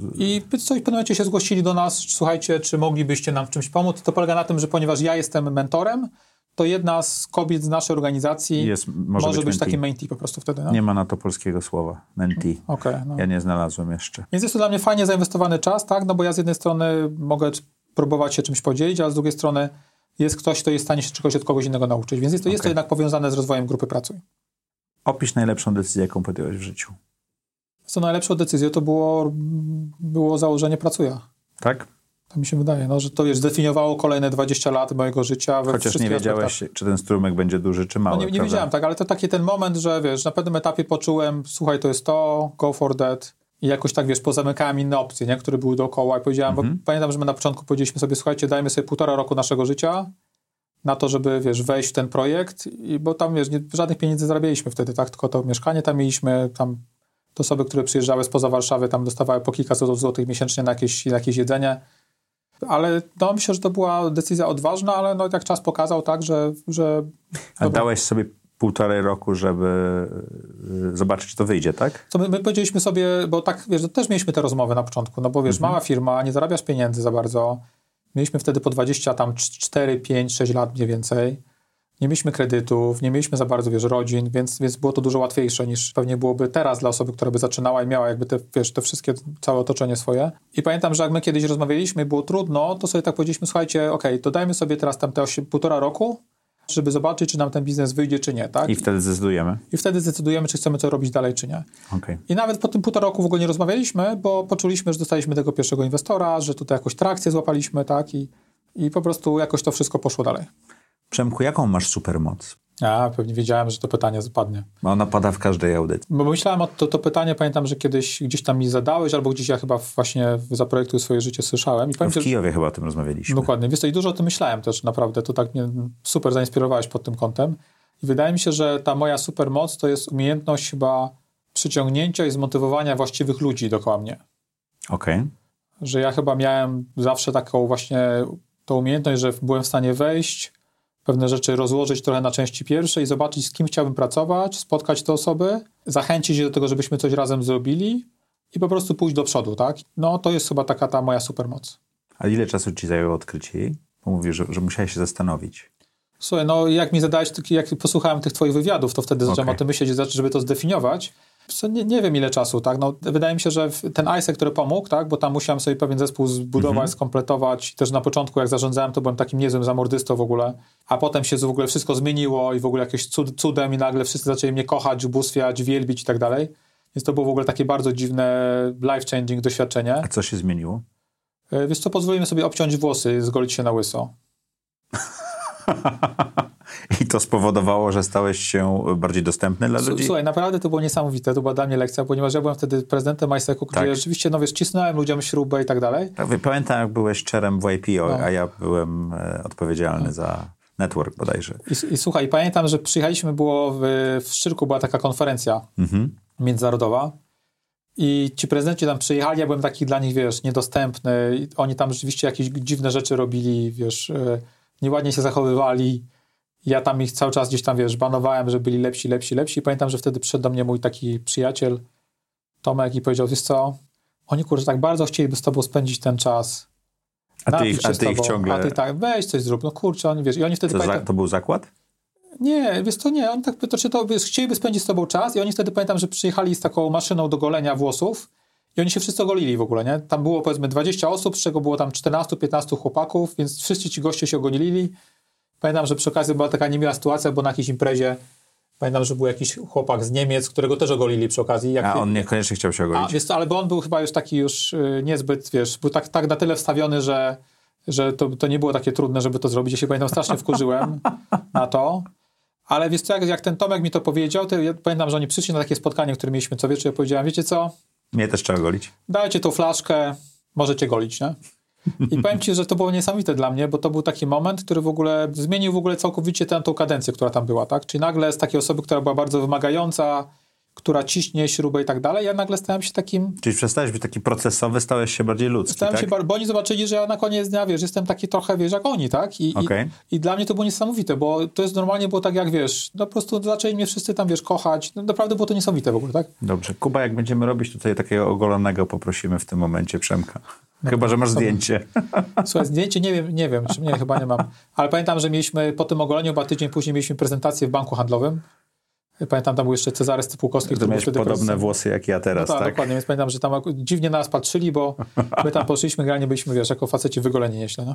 S2: I w pewnym momencie się zgłosili do nas, słuchajcie, czy moglibyście nam w czymś pomóc. I to polega na tym, że ponieważ ja jestem mentorem, to jedna z kobiet z naszej organizacji może być takim mentee po prostu wtedy. No?
S1: Nie ma na to polskiego słowa, mentee.
S2: Okay, no.
S1: Ja nie znalazłem jeszcze.
S2: Więc jest to dla mnie fajnie zainwestowany czas, tak? No bo ja z jednej strony mogę próbować się czymś podzielić, a z drugiej strony jest ktoś, kto jest w stanie się czegoś od kogoś innego nauczyć. Więc jest to jednak powiązane z rozwojem grupy Pracuj.
S1: Opisz najlepszą decyzję, jaką podjąłeś w życiu.
S2: Co najlepszą decyzją to było założenie Pracuja.
S1: Tak?
S2: To mi się wydaje, że to zdefiniowało kolejne 20 lat mojego życia.
S1: Chociaż nie wiedziałeś, czy ten strumyk będzie duży, czy mały.
S2: Nie wiedziałem, tak, ale to taki ten moment, że na pewnym etapie poczułem, słuchaj, to jest to, go for that. I jakoś tak, pozamykałem inne opcje, nie? Które były dookoła i powiedziałem, bo pamiętam, że my na początku powiedzieliśmy sobie, słuchajcie, dajmy sobie 1,5 roku naszego życia na to, żeby, wejść w ten projekt, bo tam, żadnych pieniędzy zarabialiśmy wtedy, tak, tylko to mieszkanie tam mieliśmy, tam te osoby, które przyjeżdżały spoza Warszawy, tam dostawały po kilkaset złotych miesięcznie na jakieś jedzenie, ale myślę, że to była decyzja odważna, ale jak czas pokazał, tak, że
S1: A dałeś sobie 1,5 roku, żeby zobaczyć, czy to wyjdzie, tak?
S2: Co my powiedzieliśmy sobie, bo tak, to też mieliśmy te rozmowy na początku, bo mała firma, nie zarabiasz pieniędzy za bardzo. Mieliśmy wtedy po 4, 5, 6 lat mniej więcej. Nie mieliśmy kredytów, nie mieliśmy za bardzo, rodzin, więc było to dużo łatwiejsze niż pewnie byłoby teraz dla osoby, która by zaczynała i miała jakby te wszystkie, całe otoczenie swoje. I pamiętam, że jak my kiedyś rozmawialiśmy i było trudno, to sobie tak powiedzieliśmy, słuchajcie, to dajmy sobie teraz tam te 1,5 roku, żeby zobaczyć, czy nam ten biznes wyjdzie, czy nie, tak?
S1: I wtedy zdecydujemy.
S2: I wtedy zdecydujemy, czy chcemy to robić dalej, czy nie.
S1: Okay.
S2: I nawet po tym 1,5 roku w ogóle nie rozmawialiśmy, bo poczuliśmy, że dostaliśmy tego pierwszego inwestora, że tutaj jakąś trakcję złapaliśmy, tak? I po prostu jakoś to wszystko poszło dalej.
S1: Przemku, jaką masz supermoc?
S2: Ja pewnie wiedziałem, że to pytanie zapadnie.
S1: Ona pada w każdej audycji.
S2: Bo myślałem o to pytanie, pamiętam, że kiedyś gdzieś tam mi zadałeś, albo gdzieś ja chyba właśnie w Zaprojektuj swoje życie słyszałem.
S1: W Kijowie chyba o tym rozmawialiśmy.
S2: Dokładnie. I dużo o tym myślałem też naprawdę. To tak mnie super zainspirowałeś pod tym kątem. I wydaje mi się, że ta moja supermoc to jest umiejętność chyba przyciągnięcia i zmotywowania właściwych ludzi dookoła mnie.
S1: Okej.
S2: Że ja chyba miałem zawsze taką właśnie tą umiejętność, że byłem w stanie wejść, pewne rzeczy rozłożyć trochę na części pierwsze i zobaczyć, z kim chciałbym pracować, spotkać te osoby, zachęcić je do tego, żebyśmy coś razem zrobili i po prostu pójść do przodu, tak? To jest chyba taka ta moja supermoc.
S1: A ile czasu ci zajęło odkrycie jej? Bo mówisz, że musiałeś się zastanowić.
S2: Słuchaj, jak mi zadałeś, jak posłuchałem tych twoich wywiadów, to wtedy zacząłem o tym myśleć, żeby to zdefiniować. Nie wiem ile czasu, tak? Wydaje mi się, że ten ISE, który pomógł, tak? Bo tam musiałem sobie pewien zespół zbudować, skompletować. Też na początku, jak zarządzałem, to byłem takim niezłym zamordystą w ogóle. A potem się w ogóle wszystko zmieniło i w ogóle jakieś cudem i nagle wszyscy zaczęli mnie kochać, ubóstwiać, wielbić i tak dalej. Więc to było w ogóle takie bardzo dziwne, life-changing doświadczenie.
S1: A co się zmieniło?
S2: Wiesz co, pozwolimy sobie obciąć włosy, zgolić się na łyso.
S1: I to spowodowało, że stałeś się bardziej dostępny dla ludzi?
S2: Słuchaj, naprawdę to było niesamowite, to była dla mnie lekcja, ponieważ ja byłem wtedy prezydentem ISEC-u, gdzie rzeczywiście, cisnąłem ludziom śrubę i tak dalej.
S1: Tak, pamiętam, jak byłeś chairem w IPO, a ja byłem odpowiedzialny za network bodajże.
S2: I słuchaj, pamiętam, że przyjechaliśmy, było w Szczyrku, była taka konferencja międzynarodowa i ci prezydenci tam przyjechali, ja byłem taki dla nich, niedostępny. Oni tam rzeczywiście jakieś dziwne rzeczy robili, nieładnie się zachowywali. Ja tam ich cały czas gdzieś tam, banowałem, że byli lepsi. Pamiętam, że wtedy przyszedł do mnie mój taki przyjaciel Tomek i powiedział, wiesz co, oni tak bardzo chcieliby z tobą spędzić ten czas.
S1: A ty ich ciągle...
S2: A ty tak, weź coś zrób, oni, i oni wtedy...
S1: To był zakład?
S2: Nie, nie, oni tak, chcieliby spędzić z tobą czas i oni wtedy, pamiętam, że przyjechali z taką maszyną do golenia włosów i oni się wszyscy ogolili w ogóle, nie? Tam było, powiedzmy, 20 osób, z czego było tam 14-15 chłopaków, więc wszyscy ci goście się ogolili. Pamiętam, że przy okazji była taka niemiła sytuacja, bo na jakiejś imprezie pamiętam, że był jakiś chłopak z Niemiec, którego też ogolili przy okazji.
S1: On niekoniecznie chciał się ogolić.
S2: Ale bo on był chyba już taki niezbyt, był tak na tyle wstawiony, że to nie było takie trudne, żeby to zrobić. Ja się pamiętam, strasznie wkurzyłem na to. Ale wiesz co, jak ten Tomek mi to powiedział, to ja pamiętam, że oni przyszli na takie spotkanie, które mieliśmy co wieczór. Ja powiedziałem, wiecie co?
S1: Mnie też trzeba golić.
S2: Dajcie tą flaszkę, możecie golić, nie? I powiem ci, że to było niesamowite dla mnie, bo to był taki moment, który w ogóle zmienił całkowicie tą kadencję, która tam była, tak? Czyli nagle z takiej osoby, która była bardzo wymagająca, która ciśnie śrubę i tak dalej, ja nagle stałem się takim...
S1: Czyli przestałeś być taki procesowy, stałeś się bardziej ludzki,
S2: stałem się, bo oni zobaczyli, że ja na koniec dnia, jestem taki trochę, jak oni, tak? I dla mnie to było niesamowite, bo to jest normalnie było tak, jak po prostu zaczęli mnie wszyscy tam, kochać. Naprawdę było to niesamowite w ogóle, tak?
S1: Dobrze. Kuba, jak będziemy robić tutaj takiego ogolonego, poprosimy w tym momencie Przemka. Chyba, że masz zdjęcie.
S2: Słuchaj, zdjęcie nie wiem, czy chyba nie mam. Ale pamiętam, że mieliśmy po tym ogoleniu, chyba tydzień później mieliśmy prezentację w banku handlowym. Pamiętam, tam był jeszcze Cezary Stypułkowski, który
S1: miałeś podobne włosy jak ja teraz, tak?
S2: Dokładnie, więc pamiętam, że tam dziwnie na nas patrzyli, bo my tam poszliśmy, generalnie byliśmy, jako faceci wygoleni nieźle, no?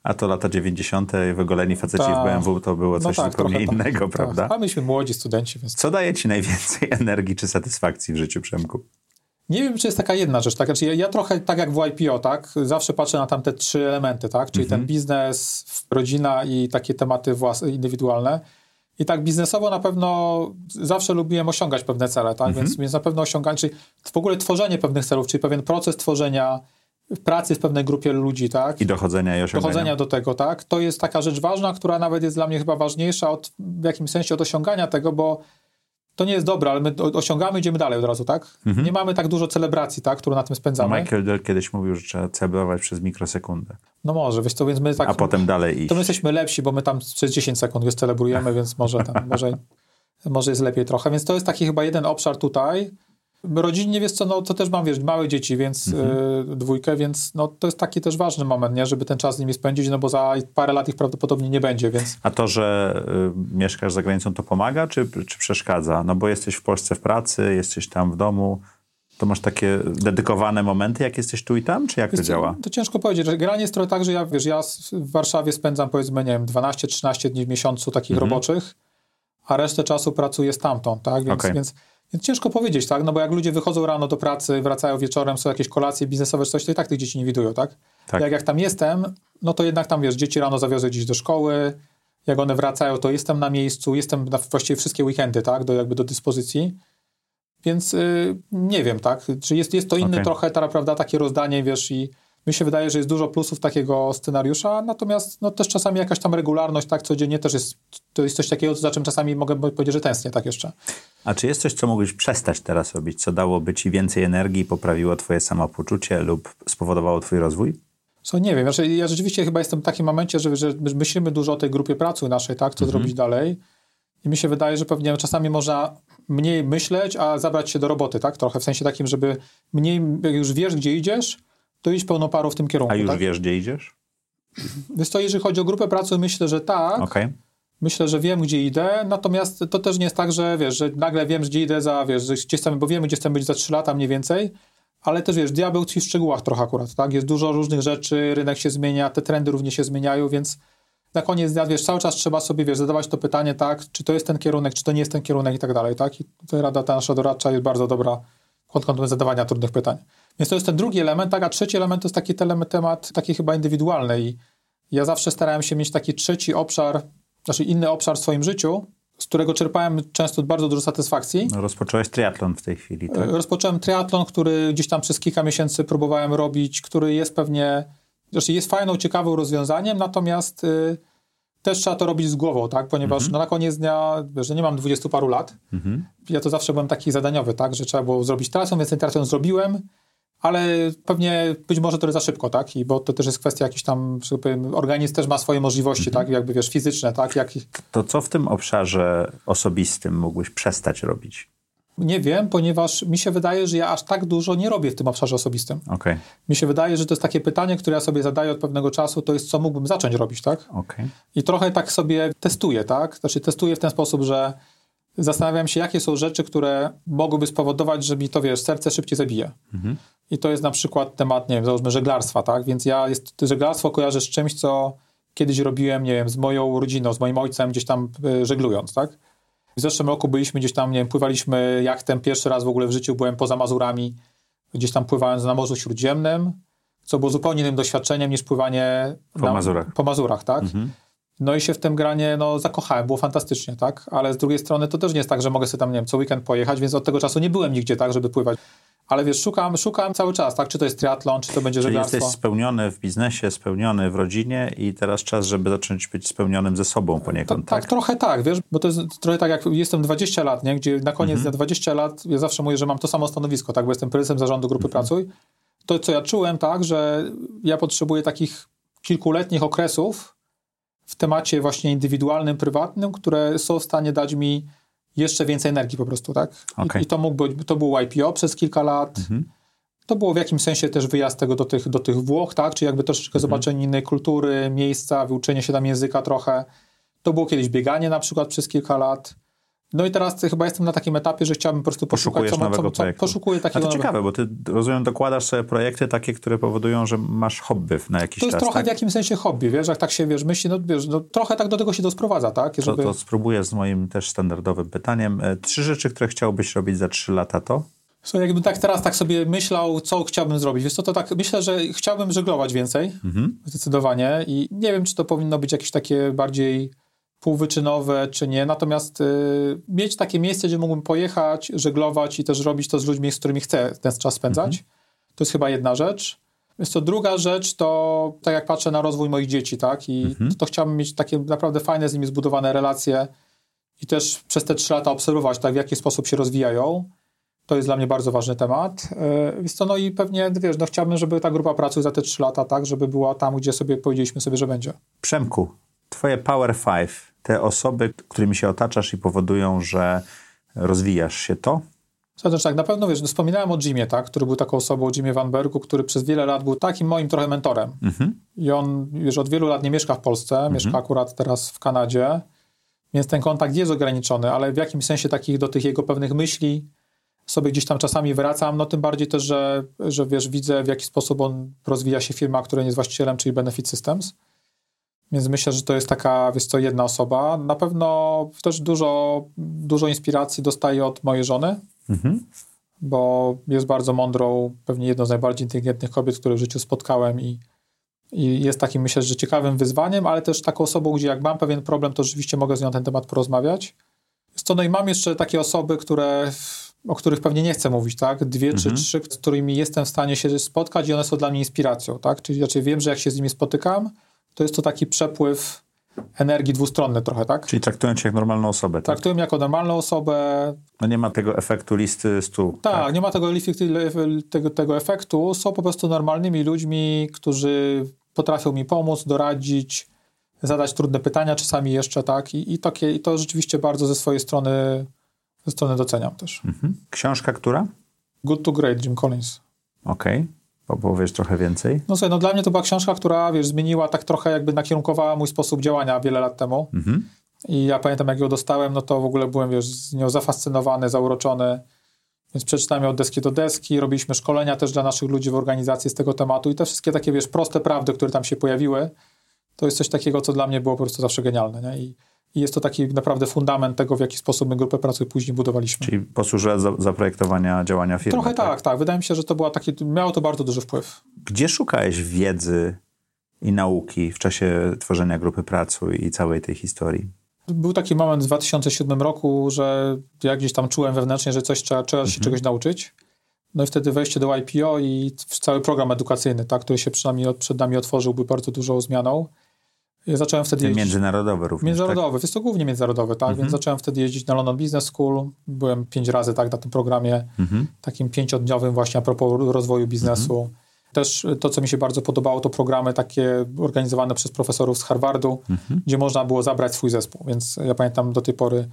S1: A to lata 90. wygoleni faceci w BMW to było coś zupełnie innego, prawda?
S2: Tak. A myśmy młodzi studenci. Więc...
S1: Co daje ci najwięcej energii czy satysfakcji w życiu, Przemku?
S2: Nie wiem, czy jest taka jedna rzecz, tak? Znaczy ja trochę tak jak w YPO, tak? Zawsze patrzę na tamte 3 elementy, tak? Czyli ten biznes, rodzina i takie tematy indywidualne. I tak biznesowo na pewno zawsze lubiłem osiągać pewne cele, tak? Więc na pewno osiąganie, czyli w ogóle tworzenie pewnych celów, czyli pewien proces tworzenia pracy w pewnej grupie ludzi, tak?
S1: I dochodzenia i osiągania.
S2: Dochodzenia do tego, tak? To jest taka rzecz ważna, która nawet jest dla mnie chyba ważniejsza w jakimś sensie od osiągania tego, bo to nie jest dobre, ale my osiągamy, idziemy dalej od razu, tak? Nie mamy tak dużo celebracji, tak? Które na tym spędzamy.
S1: Michael Dell kiedyś mówił, że trzeba celebrować przez mikrosekundę.
S2: No może, wiesz co, więc my tak...
S1: A potem dalej iść.
S2: To my jesteśmy lepsi, bo my tam przez 10 sekund już celebrujemy, więc może jest lepiej trochę. Więc to jest taki chyba jeden obszar tutaj. Rodzinnie, wiesz co, no to też mam, wiesz, małe dzieci, więc 2, więc no to jest taki też ważny moment, nie? Żeby ten czas z nimi spędzić, no bo za parę lat ich prawdopodobnie nie będzie, więc...
S1: A to, że mieszkasz za granicą, to pomaga, czy przeszkadza? No bo jesteś w Polsce w pracy, jesteś tam w domu, to masz takie dedykowane momenty, jak jesteś tu i tam, czy jak to działa?
S2: To ciężko powiedzieć, że granie jest trochę tak, że ja w Warszawie spędzam, powiedzmy, nie wiem, 12-13 dni w miesiącu takich roboczych, a resztę czasu pracuję stamtąd, tak? Więc ciężko powiedzieć, tak? No bo jak ludzie wychodzą rano do pracy, wracają wieczorem, są jakieś kolacje biznesowe czy coś, to i tak tych dzieci nie widują, tak? Jak tam jestem, no to jednak tam, wiesz, dzieci rano zawiozę gdzieś do szkoły, jak one wracają, to jestem na miejscu, jestem właściwie wszystkie weekendy, tak? Do dyspozycji. Więc nie wiem, tak? Czy jest to inne trochę, prawda, takie rozdanie, wiesz, i mi się wydaje, że jest dużo plusów takiego scenariusza, natomiast no też czasami jakaś tam regularność, tak, codziennie też to jest coś takiego, za czym czasami mogę powiedzieć, że tęsknię, tak jeszcze.
S1: A czy jest coś, co mógłbyś przestać teraz robić, co dałoby ci więcej energii, poprawiło twoje samopoczucie lub spowodowało twój rozwój?
S2: Nie wiem, ja rzeczywiście chyba jestem w takim momencie, że myślimy dużo o tej grupie pracy naszej, tak, co zrobić dalej i mi się wydaje, że pewnie czasami można mniej myśleć, a zabrać się do roboty, tak, trochę w sensie takim, żeby mniej, jak już wiesz, gdzie idziesz, to iść pełną parą w tym kierunku.
S1: A już
S2: tak?
S1: wiesz, gdzie idziesz?
S2: Wiesz co, jeżeli chodzi o grupę pracy, myślę, że tak. Myślę, że wiem, gdzie idę, natomiast to też nie jest tak, że wiesz, że nagle wiem, gdzie idę bo wiemy, gdzie chcę być za 3 lata mniej więcej, ale też wiesz, diabeł tkwi w szczegółach trochę akurat, tak? Jest dużo różnych rzeczy, rynek się zmienia, te trendy również się zmieniają, więc na koniec dnia, wiesz, cały czas trzeba sobie, wiesz, zadawać to pytanie, tak? Czy to jest ten kierunek, czy to nie jest ten kierunek i tak dalej, tak? I ta rada ta nasza doradcza jest bardzo dobra pod kątem zadawania trudnych pytań. Więc to jest ten drugi element, tak? A trzeci element to jest taki temat taki chyba indywidualny i ja zawsze starałem się mieć taki trzeci obszar, znaczy inny obszar w swoim życiu, z którego czerpałem często bardzo dużo satysfakcji.
S1: No, rozpocząłeś triatlon w tej chwili, tak?
S2: Rozpocząłem triatlon, który gdzieś tam przez kilka miesięcy próbowałem robić, który jest pewnie, znaczy jest fajną, ciekawym rozwiązaniem, natomiast też trzeba to robić z głową, tak? Ponieważ no, na koniec dnia, wiesz, że nie mam 20 paru lat. Ja to zawsze byłem taki zadaniowy, tak? Że trzeba było zrobić triatlon, więc ten triatlon zrobiłem, ale pewnie być może trochę za szybko, tak? Bo to też jest kwestia jakiś tam, że powiem, organizm też ma swoje możliwości, tak? Jakby, wiesz, fizyczne, tak?
S1: To co w tym obszarze osobistym mógłbyś przestać robić?
S2: Nie wiem, ponieważ mi się wydaje, że ja aż tak dużo nie robię w tym obszarze osobistym. Mi się wydaje, że to jest takie pytanie, które ja sobie zadaję od pewnego czasu, to jest co mógłbym zacząć robić, tak? I trochę tak sobie testuję, tak? Znaczy testuję w ten sposób, że zastanawiam się, jakie są rzeczy, które mogłyby spowodować, że mi to, wiesz, serce szybciej zabije. I to jest na przykład temat, nie wiem, załóżmy żeglarstwa, tak? Więc żeglarstwo kojarzę z czymś, co kiedyś robiłem, nie wiem, z moją rodziną, z moim ojcem gdzieś tam żeglując, tak? W zeszłym roku byliśmy gdzieś tam, nie wiem, pływaliśmy jachtem, pierwszy raz w ogóle w życiu byłem poza Mazurami, gdzieś tam pływając na Morzu Śródziemnym, co było zupełnie innym doświadczeniem niż pływanie po Mazurach, tak? No i się w tym granie, no, zakochałem, było fantastycznie, tak? Ale z drugiej strony to też nie jest tak, że mogę sobie tam, nie wiem, co weekend pojechać, więc od tego czasu nie byłem nigdzie, tak, żeby pływać. Ale wiesz, szukam cały czas, tak? Czy to jest triatlon, czy to będzie żeglarstwo.
S1: Czyli jesteś spełniony w biznesie, spełniony w rodzinie i teraz czas, żeby zacząć być spełnionym ze sobą poniekąd, tak?
S2: Tak, trochę tak, wiesz, bo to jest trochę tak, jak jestem 20 lat, nie? Gdzie na koniec dnia 20 lat, ja zawsze mówię, że mam to samo stanowisko, tak? Bo jestem prezesem zarządu grupy Pracuj. To, co ja czułem, tak, że ja potrzebuję takich kilkuletnich okresów w temacie właśnie indywidualnym, prywatnym, które są w stanie dać mi jeszcze więcej energii po prostu, tak? I to był YPO przez kilka lat. To było w jakimś sensie też wyjazd tego do tych Włoch, tak? Czy jakby troszeczkę zobaczenie innej kultury, miejsca, wyuczenie się tam języka trochę. To było kiedyś bieganie na przykład przez kilka lat. No i teraz chyba jestem na takim etapie, że chciałbym po prostu poszukać poszukuję takiego.
S1: A to ciekawe, bo ty, rozumiem, dokładasz sobie projekty takie, które powodują, że masz hobby na jakiś czas.
S2: To jest trochę
S1: tak?
S2: w jakimś sensie hobby, wiesz, jak tak się, myśli, trochę tak do tego się to sprowadza, tak?
S1: To spróbuję z moim też standardowym pytaniem. 3 rzeczy, które chciałbyś robić za 3 lata, to?
S2: Jakbym teraz tak sobie myślał, co chciałbym zrobić. Wiesz co, to tak myślę, że chciałbym żeglować więcej, zdecydowanie, i nie wiem, czy to powinno być jakieś takie bardziej półwyczynowe, czy nie, natomiast mieć takie miejsce, gdzie mógłbym pojechać, żeglować i też robić to z ludźmi, z którymi chcę ten czas spędzać. To jest chyba jedna rzecz. Jest to druga rzecz, to tak jak patrzę na rozwój moich dzieci, tak, i to chciałbym mieć takie naprawdę fajne z nimi zbudowane relacje i też przez te 3 lata obserwować, tak, w jaki sposób się rozwijają. To jest dla mnie bardzo ważny temat. Więc to, no i pewnie, wiesz, no chciałbym, żeby ta grupa pracy za te 3 lata, tak, żeby była tam, gdzie sobie powiedzieliśmy sobie, że będzie.
S1: Przemku, twoje Power 5, te osoby, którymi się otaczasz i powodują, że rozwijasz się, to?
S2: Zobacz, tak, na pewno, wiesz, wspominałem o Jimie, tak, który był taką osobą, Jimie Van Bergu, który przez wiele lat był takim moim trochę mentorem. I on, wiesz, od wielu lat nie mieszka w Polsce, mieszka akurat teraz w Kanadzie, więc ten kontakt jest ograniczony, ale w jakimś sensie takich do tych jego pewnych myśli sobie gdzieś tam czasami wracam, no tym bardziej też, że wiesz, widzę, w jaki sposób on rozwija się firma, której jest właścicielem, czyli Benefit Systems. Więc myślę, że to jest taka, wiesz co, jedna osoba. Na pewno też dużo inspiracji dostaję od mojej żony, bo jest bardzo mądrą, pewnie jedną z najbardziej inteligentnych kobiet, które w życiu spotkałem i jest takim, myślę, że ciekawym wyzwaniem, ale też taką osobą, gdzie jak mam pewien problem, to rzeczywiście mogę z nią na ten temat porozmawiać. No i mam jeszcze takie osoby, o których pewnie nie chcę mówić, tak? 2 czy 3, z którymi jestem w stanie się spotkać i one są dla mnie inspiracją, tak? Czyli raczej wiem, że jak się z nimi spotykam, to jest to taki przepływ energii dwustronny trochę, tak?
S1: Czyli traktują cię jak normalną osobę, tak?
S2: Traktują jako normalną osobę.
S1: No nie ma tego efektu listy 100.
S2: Tak, nie ma tego efektu. Są po prostu normalnymi ludźmi, którzy potrafią mi pomóc, doradzić, zadać trudne pytania czasami jeszcze, tak? I to rzeczywiście bardzo ze swojej strony doceniam też.
S1: Książka która?
S2: Good to Great, Jim Collins.
S1: Okej. Opowiesz trochę więcej?
S2: No słuchaj, dla mnie to była książka, która, wiesz, zmieniła tak trochę, jakby nakierunkowała mój sposób działania wiele lat temu. I ja pamiętam, jak ją dostałem, no to w ogóle byłem, wiesz, z nią zafascynowany, zauroczony. Więc przeczytałem ją od deski do deski, robiliśmy szkolenia też dla naszych ludzi w organizacji z tego tematu i te wszystkie takie, wiesz, proste prawdy, które tam się pojawiły, to jest coś takiego, co dla mnie było po prostu zawsze genialne, nie? I jest to taki naprawdę fundament tego, w jaki sposób my grupę pracy później budowaliśmy.
S1: Czyli posłużyła zaprojektowania działania firmy.
S2: Trochę tak. Wydaje mi się, że to była miało to bardzo duży wpływ.
S1: Gdzie szukałeś wiedzy i nauki w czasie tworzenia grupy pracy i całej tej historii?
S2: Był taki moment w 2007 roku, że ja gdzieś tam czułem wewnętrznie, że trzeba się czegoś nauczyć. No i wtedy wejście do YPO i cały program edukacyjny, tak, który się przed nami otworzył, był bardzo dużą zmianą. Ja zacząłem wtedy jeździć...
S1: Międzynarodowy również,
S2: Międzynarodowy, jest to głównie międzynarodowy, tak, więc zacząłem wtedy jeździć na London Business School. Byłem 5 razy, tak, na tym programie, takim 5-dniowym właśnie a propos rozwoju biznesu. Też to, co mi się bardzo podobało, to programy takie organizowane przez profesorów z Harvardu, gdzie można było zabrać swój zespół, więc ja pamiętam do tej pory,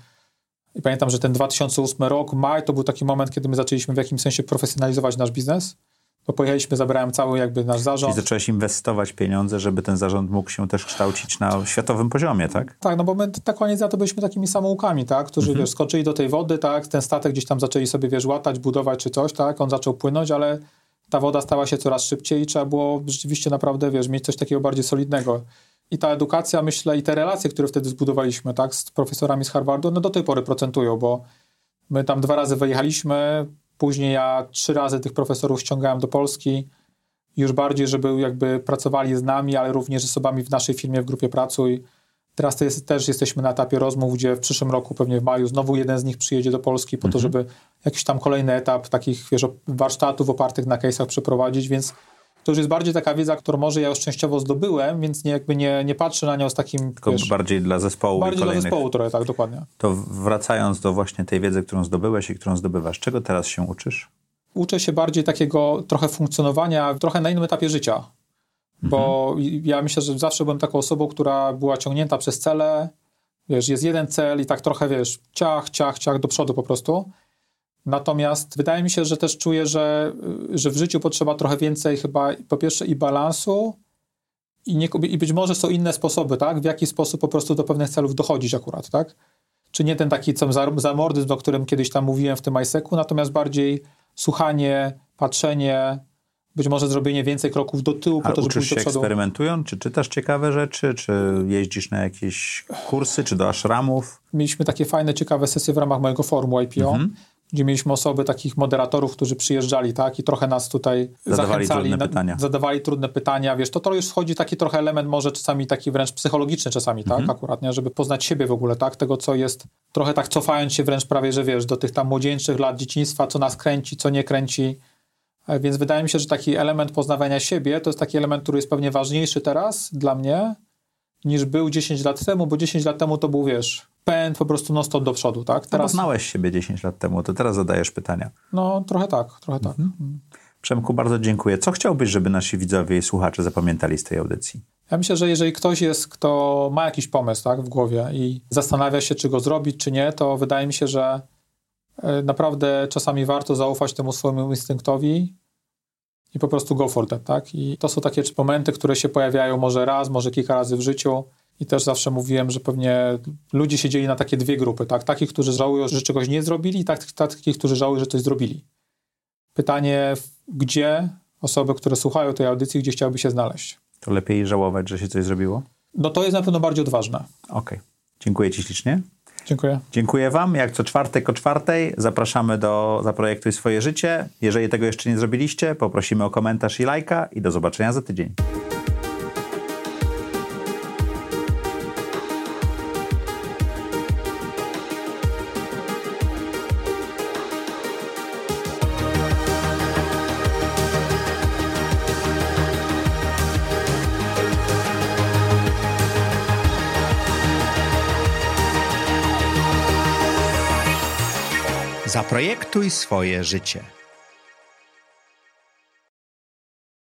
S2: i pamiętam, że ten 2008 rok, maj, to był taki moment, kiedy my zaczęliśmy w jakimś sensie profesjonalizować nasz biznes. Bo pojechaliśmy, zabrałem cały jakby nasz zarząd.
S1: Czyli zacząłeś inwestować pieniądze, żeby ten zarząd mógł się też kształcić na światowym poziomie, tak?
S2: Tak, no bo my na koniec to byliśmy takimi samoukami, tak? Którzy, wiesz, skoczyli do tej wody, tak? Ten statek gdzieś tam zaczęli sobie, wiesz, łatać, budować czy coś, tak? On zaczął płynąć, ale ta woda stała się coraz szybciej i trzeba było rzeczywiście naprawdę, wiesz, mieć coś takiego bardziej solidnego. I ta edukacja, myślę, i te relacje, które wtedy zbudowaliśmy, tak? Z profesorami z Harvardu, no do tej pory procentują, bo my tam 2 razy wyjechaliśmy. Później ja 3 razy tych profesorów ściągałem do Polski, już bardziej, żeby jakby pracowali z nami, ale również z osobami w naszej firmie, w grupie Pracuj. Teraz też jesteśmy na etapie rozmów, gdzie w przyszłym roku, pewnie w maju, znowu jeden z nich przyjedzie do Polski po to, żeby jakiś tam kolejny etap takich, wiesz, warsztatów opartych na case'ach przeprowadzić, więc to już jest bardziej taka wiedza, którą może ja już częściowo zdobyłem, więc nie patrzę na nią z takim...
S1: Tylko wiesz, bardziej dla zespołu
S2: bardziej i kolejnych. Dla zespołu trochę, tak, dokładnie.
S1: To wracając do właśnie tej wiedzy, którą zdobyłeś i którą zdobywasz, czego teraz się uczysz?
S2: Uczę się bardziej takiego trochę funkcjonowania, trochę na innym etapie życia. Bo ja myślę, że zawsze byłem taką osobą, która była ciągnięta przez cele. Wiesz, jest jeden cel i tak trochę, wiesz, ciach do przodu po prostu. Natomiast wydaje mi się, że też czuję, że w życiu potrzeba trochę więcej chyba po pierwsze i balansu i być może są inne sposoby, tak? W jaki sposób po prostu do pewnych celów dochodzić akurat, tak? czy nie ten taki zamordyzm, o którym kiedyś tam mówiłem w tym ISEC-u, natomiast bardziej słuchanie, patrzenie, być może zrobienie więcej kroków do tyłu, po to, żeby pójść do przodu.
S1: Uczysz się eksperymentując? Czy czytasz ciekawe rzeczy? Czy jeździsz na jakieś kursy, czy do ashramów?
S2: Mieliśmy takie fajne, ciekawe sesje w ramach mojego forum YPO, gdzie mieliśmy osoby, takich moderatorów, którzy przyjeżdżali, tak, i trochę nas tutaj zachęcali, zadawali trudne pytania, wiesz, to już wchodzi taki trochę element może czasami taki wręcz psychologiczny czasami, tak, akurat, nie, żeby poznać siebie w ogóle, tak, tego, co jest, trochę tak cofając się wręcz prawie, że wiesz, do tych tam młodzieńczych lat dzieciństwa, co nas kręci, co nie kręci, więc wydaje mi się, że taki element poznawania siebie to jest taki element, który jest pewnie ważniejszy teraz dla mnie, niż był 10 lat temu, bo 10 lat temu to był, wiesz, pęd po prostu non-stop do przodu, tak?
S1: Teraz znałeś siebie 10 lat temu, to teraz zadajesz pytania.
S2: No, trochę tak.
S1: Przemku, bardzo dziękuję. Co chciałbyś, żeby nasi widzowie i słuchacze zapamiętali z tej audycji?
S2: Ja myślę, że jeżeli ktoś jest, kto ma jakiś pomysł, tak, w głowie i zastanawia się, czy go zrobić, czy nie, to wydaje mi się, że naprawdę czasami warto zaufać temu swojemu instynktowi i po prostu go for that, tak? I to są takie momenty, które się pojawiają może raz, może kilka razy w życiu i też zawsze mówiłem, że pewnie ludzie się dzieli na takie dwie grupy, tak? Takich, którzy żałują, że czegoś nie zrobili i takich, którzy żałują, że coś zrobili. Pytanie, gdzie osoby, które słuchają tej audycji, gdzie chciałyby się znaleźć?
S1: To lepiej żałować, że się coś zrobiło?
S2: No to jest na pewno bardziej odważne.
S1: Okej. Dziękuję ci ślicznie.
S2: Dziękuję.
S1: Dziękuję wam. Jak co czwartek o 4:00 zapraszamy do Zaprojektuj swoje życie. Jeżeli tego jeszcze nie zrobiliście, poprosimy o komentarz i lajka i do zobaczenia za tydzień. Zaprojektuj swoje życie.